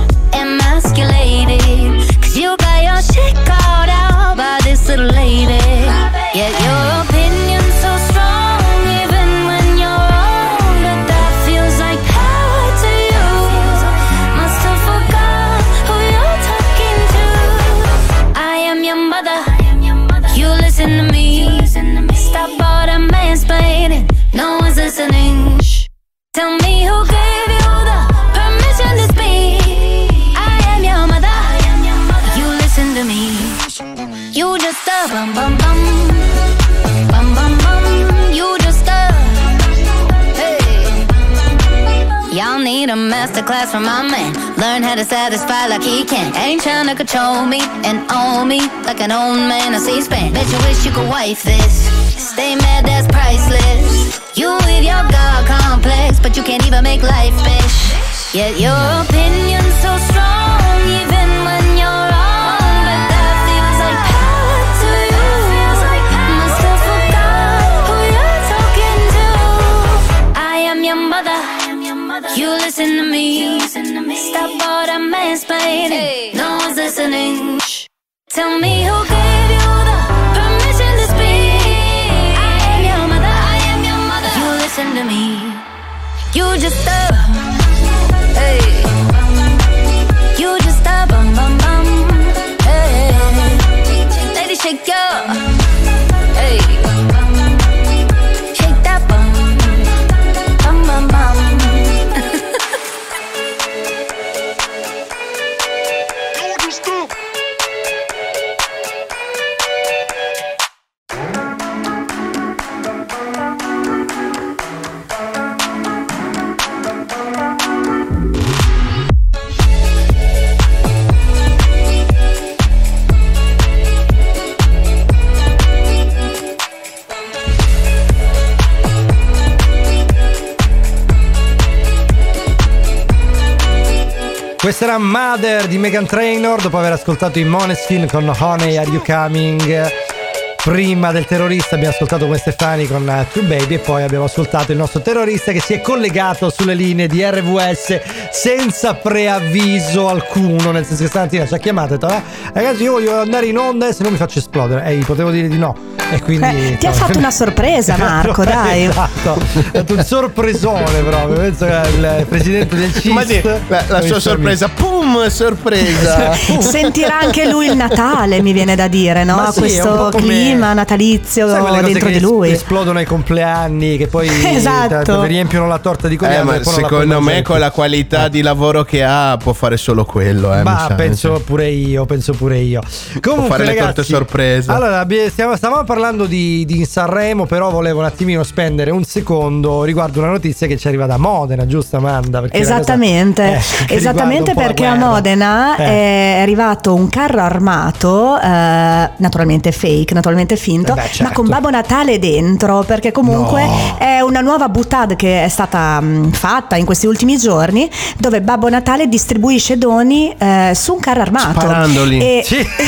emasculated. Cause you got your shit called out by this little lady. Yet your opinion's so strong, even when you're wrong. But that feels like power to you. Must have forgot who you're talking to. I am your mother. You listen to me. Stop all the mansplaining. No one's listening. Shh. Tell me who gave you the permission to speak. I am your mother. You listen to me. You just a bum bum bum. Bum bum bum. You just a. Hey. Y'all need a masterclass from my man. Learn how to satisfy like he can. Ain't trying to control me and own me like an old man on C-SPAN. Bet you wish you could wife this. Stay mad, that's priceless. You with your God complex, but you can't even make life, bitch. Yet your opinion's so strong, even when you're wrong. But that feels like power to you. Must have forgot who you're talking to. I am your mother. You listen to me. Stop all that mansplaining. No one's listening. Shh. Tell me who gave you the permission to speak. I am your mother. I am your mother. You listen to me. You just hey. You just bum bum bum. Hey. Lady, shake your hey. Shake that bum bum bum bum. Questa era Mother di Meghan Trainor, dopo aver ascoltato i Måneskin con Honey Are You Coming. Prima del terrorista abbiamo ascoltato Gwen Stefani con True Baby e poi abbiamo ascoltato il nostro terrorista che si è collegato sulle linee di RVS senza preavviso alcuno, nel senso che stamattina ci ha chiamato e ha detto ragazzi io voglio andare in onda e se no mi faccio esplodere, e potevo dire di no e quindi ti ha fatto una sorpresa Marco, dai. Esatto, è stato un sorpresone proprio, penso che il presidente del CIST ma sì, la sua sorpresa, pum, sorpresa. Sentirà anche lui il Natale, mi viene da dire, no? Sì, questo clima natalizio dentro di lui. Esplodono ai compleanni che poi esatto. riempiono la torta di compleanno. Ma secondo me con la qualità di lavoro che ha può fare solo quello. Ma penso pure io. Comunque, può fare ragazzi, le torte sorprese. Allora stavamo parlando di Sanremo, però volevo un attimino spendere un secondo riguardo una notizia che ci arriva da Modena, giusto Amanda? Perché esattamente, esattamente, perché a Modena è arrivato un carro armato, naturalmente fake, naturalmente naturalmente finto, certo. ma con Babbo Natale dentro, perché comunque è una nuova boutade che è stata fatta in questi ultimi giorni, dove Babbo Natale distribuisce doni su un carro armato. Sparandoli. E,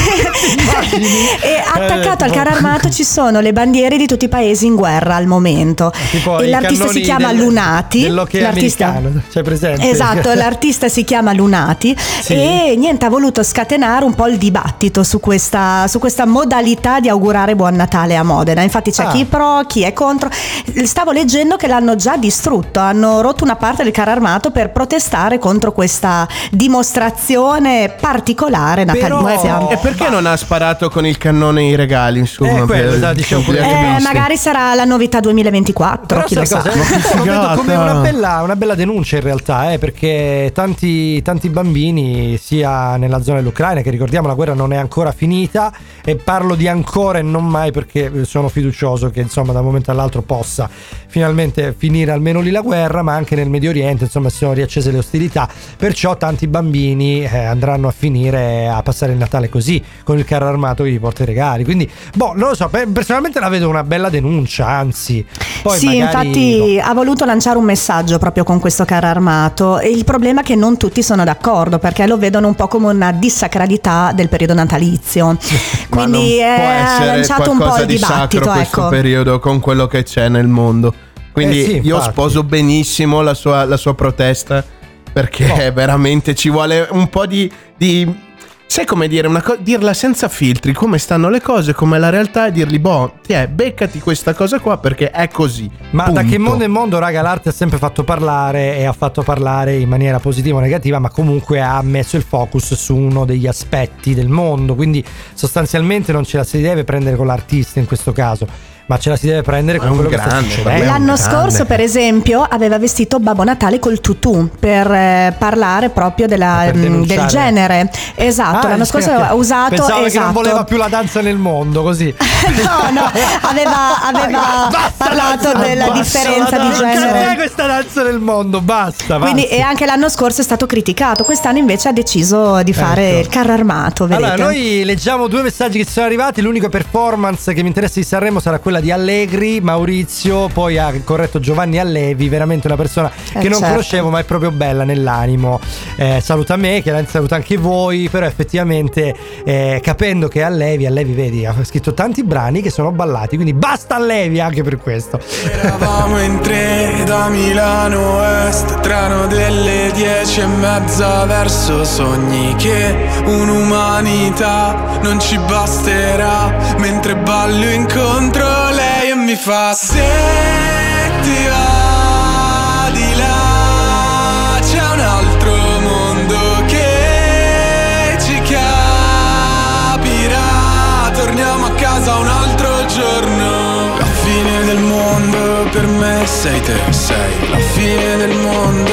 e attaccato al carro armato ci sono le bandiere di tutti i paesi in guerra al momento. Tipo e l'artista si chiama Lunati. Americano, c'è presente? Esatto, l'artista si chiama Lunati, sì. E niente, ha voluto scatenare un po' il dibattito su questa modalità di augurare buon Natale a Modena. Infatti c'è chi è pro, chi è contro. Stavo leggendo che l'hanno già distrutto, hanno rotto una parte del carro armato per protestare contro questa dimostrazione particolare natalizia. E perché non ha sparato con il cannone i regali, insomma? Magari sarà la novità 2024. Però chi lo sa? Lo vedo come una bella denuncia in realtà, perché tanti bambini, sia nella zona dell'Ucraina, che ricordiamo la guerra non è ancora finita, e parlo di ancora e non mai perché sono fiducioso che insomma da un momento all'altro possa finalmente finire almeno lì la guerra, ma anche nel Medio Oriente insomma si sono riaccese le ostilità, perciò tanti bambini andranno a finire a passare il Natale così, con il carro armato che gli porta i regali, quindi non lo so, personalmente la vedo una bella denuncia, anzi poi sì, infatti ha voluto lanciare un messaggio proprio con questo carro armato, e il problema è che non tutti sono d'accordo, perché lo vedono un po' come una dissacralità del periodo natalizio, quindi ha lanciato un po' il dibattito, questo periodo con quello che c'è nel mondo, quindi io sposo benissimo la sua protesta, perché veramente ci vuole un po' di sai come dire, dirla senza filtri, come stanno le cose, come la realtà, e dirgli beccati questa cosa qua perché è così. Ma punto. Da che mondo è mondo, raga, l'arte ha sempre fatto parlare, e ha fatto parlare in maniera positiva o negativa, ma comunque ha messo il focus su uno degli aspetti del mondo, quindi sostanzialmente non ce la si deve prendere con l'artista in questo caso, ma ce la si deve prendere con quello che sta succedendo. L'anno scorso, per esempio, aveva vestito Babbo Natale col tutù per parlare proprio del genere. Esatto, l'anno scorso aveva usato. Pensavo che non voleva più la danza nel mondo, così. No, aveva parlato della differenza di genere. Non c'è questa danza nel mondo, basta. Quindi, e anche l'anno scorso è stato criticato. Quest'anno invece ha deciso di fare il carro armato. Vedete? Allora, noi leggiamo 2 messaggi che ci sono arrivati. L'unica performance che mi interessa di Sanremo sarà quella di Allegri, Maurizio, poi ha corretto Giovanni Allevi, veramente una persona che non conoscevo, ma è proprio bella nell'animo. Saluta me, chiaramente saluta anche voi, però effettivamente capendo che Allevi vedi, ha scritto tanti brani che sono ballati, quindi basta Allevi anche per questo. Eravamo in 3 da Milano Est, treno delle 10:30 verso sogni che un'umanità non ci basterà, mentre ballo incontro lei e mi fa: se ti va di là c'è un altro mondo che ci capirà, torniamo a casa un altro giorno. La fine del mondo per me sei te, sei la fine del mondo.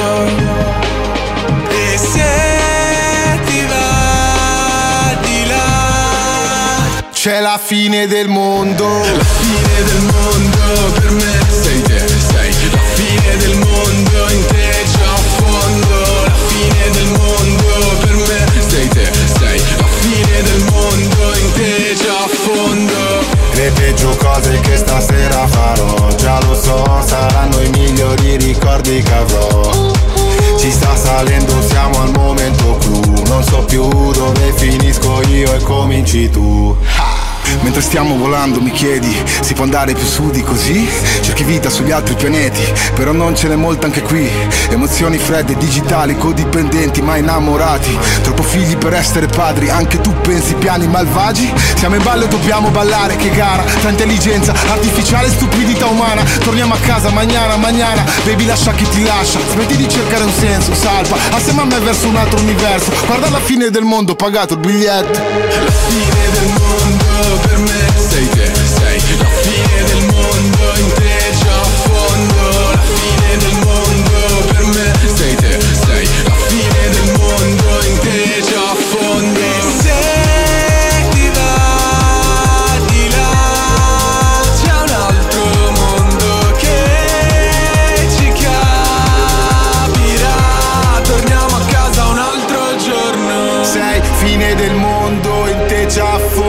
E se ti va di là c'è la fine del mondo. La fine del mondo per me sei te, sei la fine del mondo, in te già a fondo. La fine del mondo per me sei te, sei la fine del mondo, in te già a fondo. Le peggio cose che stasera farò, già lo so, saranno i migliori ricordi che avrò. Ci sta salendo, siamo al momento clou, non so più dove finisco io e cominci tu. Mentre stiamo volando mi chiedi, si può andare più su di così? Cerchi vita sugli altri pianeti, però non ce n'è molta anche qui. Emozioni fredde, digitali, codipendenti, ma innamorati. Troppo figli per essere padri, anche tu pensi piani malvagi? Siamo in ballo e dobbiamo ballare, che gara tra intelligenza artificiale e stupidità umana. Torniamo a casa mañana, baby lascia chi ti lascia. Smetti di cercare un senso, salva, assieme a me verso un altro universo. Guarda la fine del mondo, pagato il biglietto. La fine del mondo per me sei te, sei la fine del mondo, in te già a fondo. La fine del mondo per me sei te, sei la fine del mondo, in te già a fondo. E se ti va di là c'è un altro mondo che ci capirà, torniamo a casa un altro giorno. Sei fine del mondo, in te già a fondo.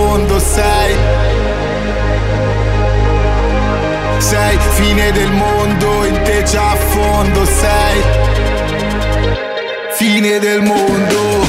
fine del mondo, in te già a fondo sei. Fine del mondo.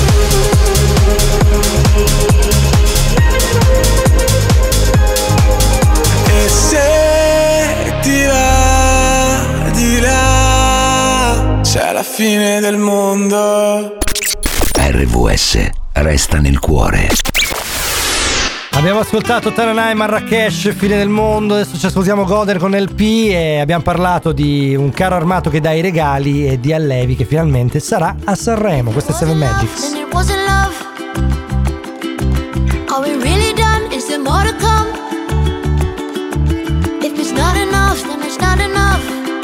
E se ti va di là, c'è la fine del mondo. RVS resta nel cuore. Abbiamo ascoltato Tananai, Marrakesh, Fine del mondo. Adesso ci ascoltiamo Goder con LP e abbiamo parlato di un carro armato che dà i regali e di Allevi che finalmente sarà a Sanremo. Questo è Seven Magics. Are we really done? Is there more to come? If it's not enough, then it's not enough.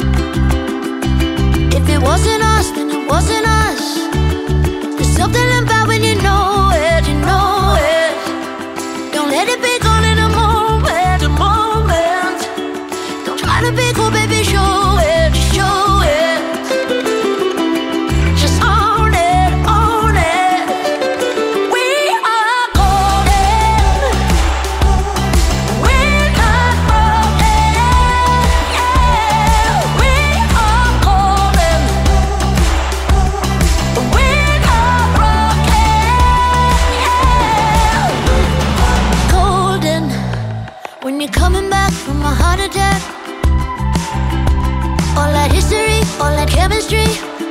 If it wasn't us, then it wasn't us. There's something about when you know it, you know it. Don't let it be gone in a moment, a moment. Don't try to be cool, baby, show it, show it. Just own it, own it. We are golden. We're not broken. Yeah, we are golden. We're not broken. Yeah, golden. When you're coming back from a heart attack, all that history, all that chemistry.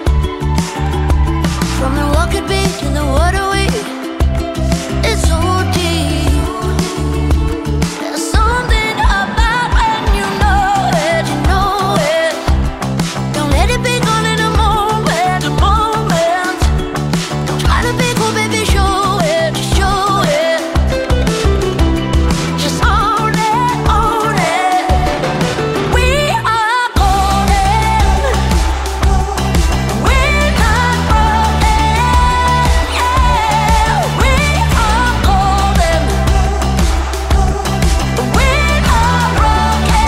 From the what could be to the what are we? It's so deep. There's something about when you know it, you know it. Don't let it be gone in a moment, a moment. Don't try to be cool, baby, show it, show it. Just own it, own it. We are golden. We're not broken. Yeah, we are golden. We're not broken.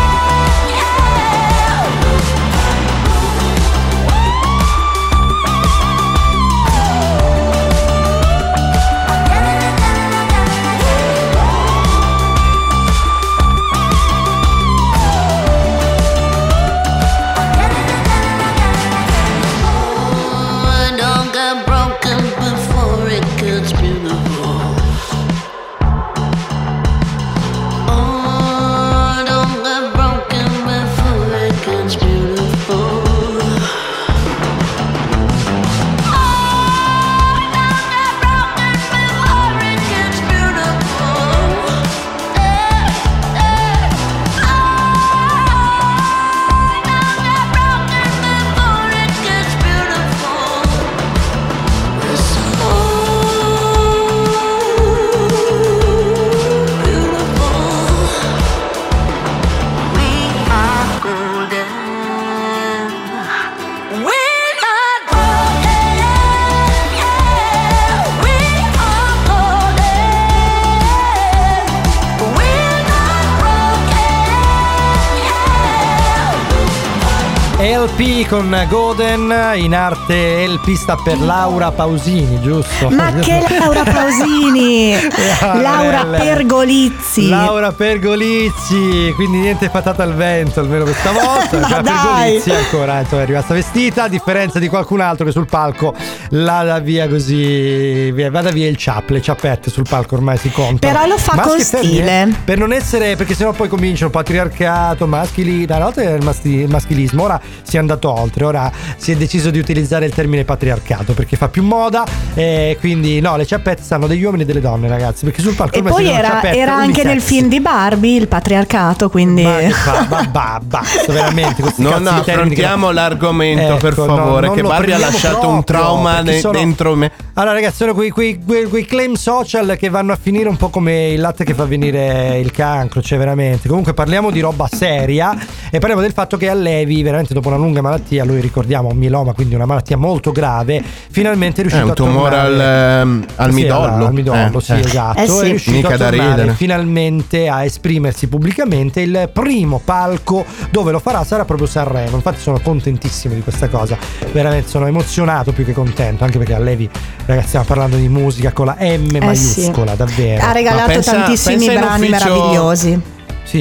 Don't get broken before it gets beautiful. Oh, don't get broken before it gets beautiful. Oh, don't get broken before it gets beautiful. Oh, don't get broken before it gets beautiful. It's so beautiful. We are golden. We're not broken. Yeah, we are golden. We're not broken. LP con Goden, in arte LP sta per Laura Pausini, giusto? Ma che Laura Pausini? Laura Pergolizzi. Laura Pergolizzi, quindi niente patata al vento, almeno questa volta. Ma La dai. Pergolizzi ancora è rimasta vestita, a differenza di qualcun altro che sul palco la dà via così, vada via il le ciappette sul palco ormai si contano. Però lo fa Maschi con e femmine, stile. per non essere, perché sennò poi cominciano patriarcato, maschili, una volta era il maschilismo, ora si è andato oltre, ora si è deciso di utilizzare il termine patriarcato perché fa più moda, e quindi no, le ciappette stanno degli uomini e delle donne, ragazzi, perché sul palco E ormai poi si vedono ciappette era anche nel unisex. film di Barbie il patriarcato, quindi Basta, veramente questi Non cazzo di termini affrontiamo che- l'argomento, per Ecco, favore, non che lo Barbie ha prendiamo lasciato un proprio, trauma perché sono- dentro me. Allora ragazzi, sono quei claim social che vanno a finire un po' come il latte che fa venire il cancro, cioè veramente. Comunque parliamo di roba seria e parliamo del fatto che Allevi, veramente dopo una lunga malattia, lui ricordiamo un mieloma, quindi una malattia molto grave, finalmente è riuscito un a tumore tornare al midollo. al midollo, sì, esatto. sì. È riuscito Mica a da tornare ridere. finalmente a esprimersi pubblicamente. Il primo palco dove lo farà sarà proprio Sanremo. Infatti sono contentissimo di questa cosa, veramente sono emozionato più che contento, anche perché Allevi, ragazzi, stiamo parlando di musica con la M maiuscola, sì. davvero. Ha regalato pensa tantissimi in brani ufficio- meravigliosi. Sì.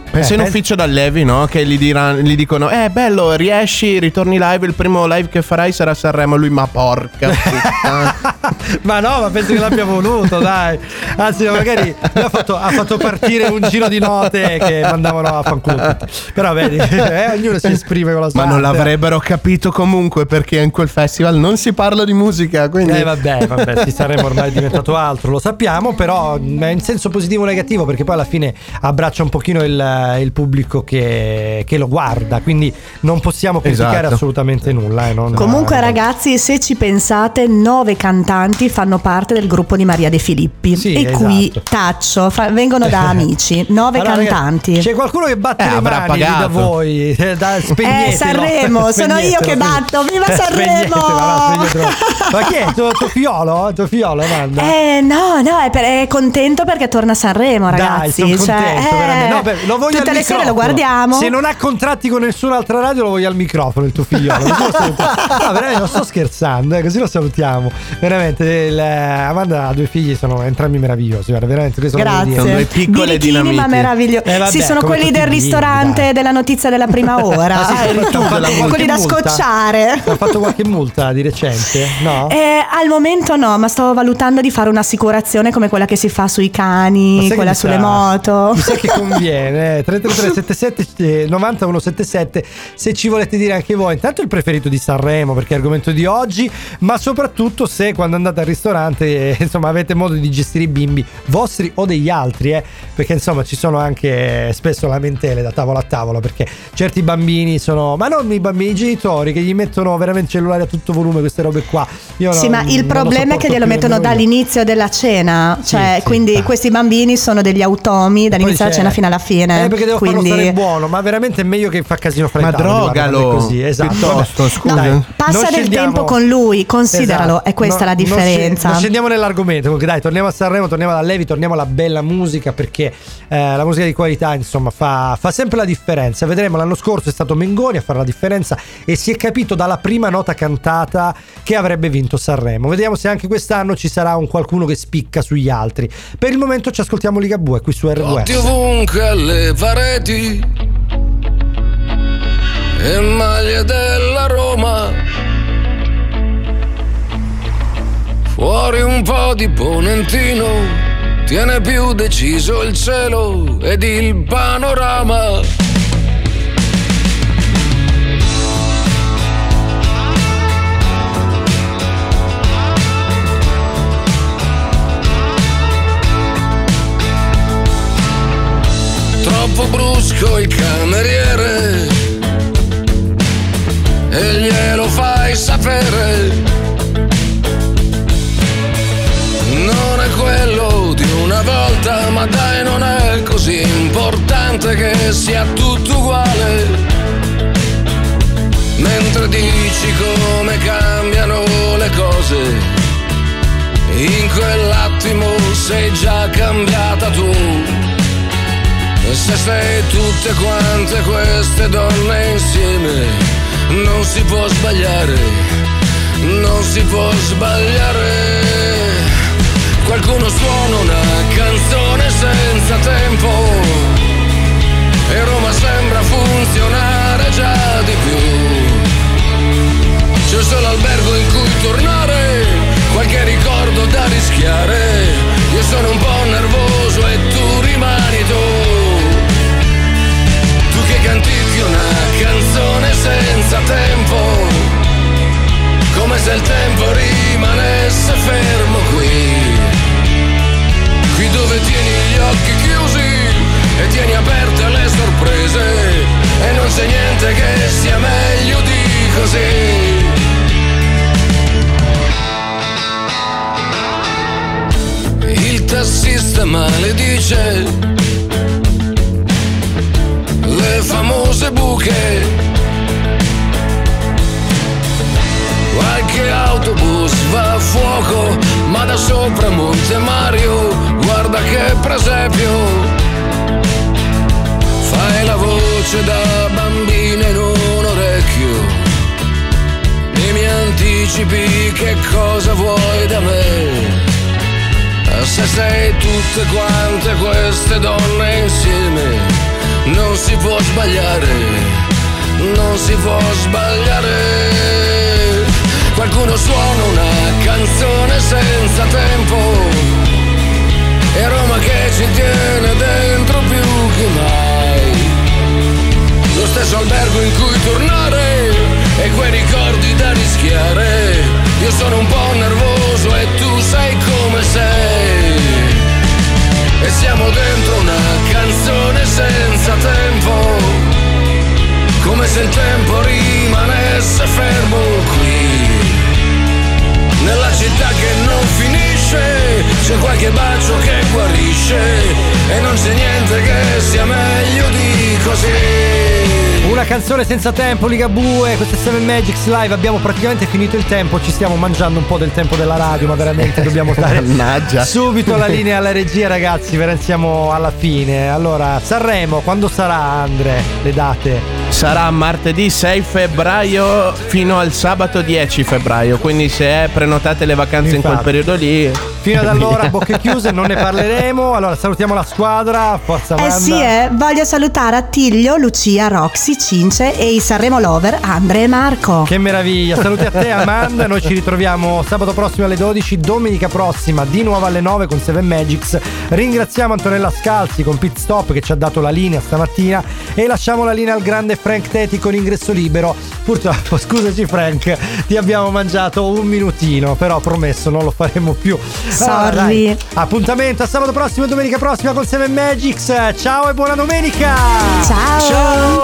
Pensa in ufficio da Levi, no? Che gli dicono bello, riesci, ritorni live, il primo live che farai sarà a Sanremo. Lui, ma porca puttana. Ma no, ma penso che l'abbia voluto, dai. Anzi, magari ha fatto partire un giro di note che mandavano a fanculo. Però vedi, ognuno si esprime con la sua Ma non l'avrebbero capito comunque, perché in quel festival non si parla di musica, quindi vabbè, si Sanremo ormai è diventato altro, lo sappiamo, però in senso positivo o negativo, perché poi alla fine abbraccia un pochino il pubblico che lo guarda, quindi non possiamo criticare assolutamente nulla. Comunque ragazzi, se ci pensate, 9 cantanti fanno parte del gruppo di Maria De Filippi, qui taccio, vengono da amici. 9 cantanti. C'è qualcuno che batte le mani da voi, spegnetelo. Sanremo, sono io che batto, viva Sanremo. Ma chi è? Tuo figliolo? Tuo figliolo, Amanda? No, è contento perché torna a Sanremo, ragazzi. Dai, sono contento, veramente. Lo voglio tutte le sere lo guardiamo. Se non ha contratti con nessun'altra radio, lo voglio al microfono, il tuo figliolo. No, veramente non sto scherzando, così lo salutiamo. Veramente, Amanda ha 2 figli, sono entrambi meravigliosi. Veramente, grazie. Sono 2 piccole dinamiti, ma meravigliosi. Sono quelli del ristorante della notizia della prima ora. Quelli da scocciare. Ha fatto qualche multa di recente? No? Al momento no, ma sto valutando di fare un'assicurazione come quella che si fa sui cani, quella sulle moto. Mi sa che conviene. 333 90 177 se ci volete dire anche voi intanto il preferito di Sanremo, perché è argomento di oggi, ma soprattutto se quando andate al ristorante insomma avete modo di gestire i bimbi vostri o degli altri, perché insomma ci sono anche spesso lamentele da tavola a tavola, perché certi bambini sono, ma non i bambini, i genitori che gli mettono veramente cellulare a tutto volume, queste robe qua. Ma il problema è che glielo mettono dall'inizio della cena, quindi questi bambini sono degli automi dall'inizio della cena fino alla fine, perché devo farlo stare buono, ma veramente è meglio che fa casino fra i tavoli. Ma drogalo così, esatto. Piuttosto, scusa. Passa del tempo con lui, consideralo, è questa la differenza. Non scendiamo nell'argomento, comunque dai, torniamo a Sanremo, torniamo da Levi, torniamo alla bella musica, perché la musica di qualità insomma fa sempre la differenza. Vedremo, l'anno scorso è stato Mengoni a fare la differenza e si è capito dalla prima nota cantata che avrebbe vinto Sanremo. Vediamo se anche quest'anno ci sarà un qualcuno che spicca sugli altri. Per il momento ci ascoltiamo Ligabue qui su RWS. Ovunque alle pareti e maglie della Roma, fuori un po' di ponentino, tiene più deciso il cielo ed il panorama. Troppo brusco il cameriere e glielo fai sapere. Non è quello di una volta, ma dai, non è così importante che sia tutto uguale. Mentre dici come cambiano le cose, in quell'attimo sei già cambiata tu. Se sei tutte quante queste donne insieme, non si può sbagliare, non si può sbagliare. Qualcuno suona una canzone senza tempo e Roma sembra funzionare già di più. C'è solo albergo in cui tornare, qualche ricordo da rischiare. Io sono un po' nervoso e tu rimani tu. Tu che cantichi una canzone senza tempo, come se il tempo rimanesse fermo qui. Qui dove tieni gli occhi chiusi e tieni aperte le sorprese, e non c'è niente che sia meglio di così. Il tassista maledice le famose buche, qualche autobus va a fuoco, ma da sopra Monte Mario, guarda che presepio. Fai la voce da bambina in un orecchio e mi anticipi che cosa vuoi da me. Se sei tutte quante queste donne insieme, non si può sbagliare, non si può sbagliare. Qualcuno suona una canzone senza tempo, e Roma che ci tiene dentro più che mai. Lo stesso albergo in cui tornare e quei ricordi da rischiare. Io sono un po' nervoso e tu sai come sei. E siamo dentro una canzone senza tempo, come se il tempo rimanesse fermo qui. Nella città che non finisce c'è qualche bacio che guarisce, e non c'è niente che sia meglio di così. Una canzone senza tempo, Ligabue, queste 7 Magics Live. Abbiamo praticamente finito il tempo, ci stiamo mangiando un po' del tempo della radio, ma veramente dobbiamo dare subito la linea alla regia, ragazzi, siamo alla fine. Allora, Sanremo, quando sarà, Andre, le date? Sarà martedì 6 febbraio fino al sabato 10 febbraio, quindi se prenotate le vacanze in quel periodo lì. Fino ad allora, bocche chiuse, non ne parleremo. Allora, salutiamo la squadra, forza Amanda. Sì, voglio salutare Attilio, Lucia, Roxy, Cince e i Sanremo Lover, Andre e Marco. Che meraviglia, saluti a te Amanda. Noi ci ritroviamo sabato prossimo alle 12, domenica prossima di nuovo alle 9 con 7 Magics. Ringraziamo Antonella Scalzi con Pit Stop che ci ha dato la linea stamattina, e lasciamo la linea al grande Frank Teti con ingresso libero. Purtroppo, scusaci Frank, ti abbiamo mangiato un minutino, però promesso non lo faremo più. Sorry. Appuntamento a sabato prossimo e domenica prossima con 7 Magics. Ciao e buona domenica. Ciao.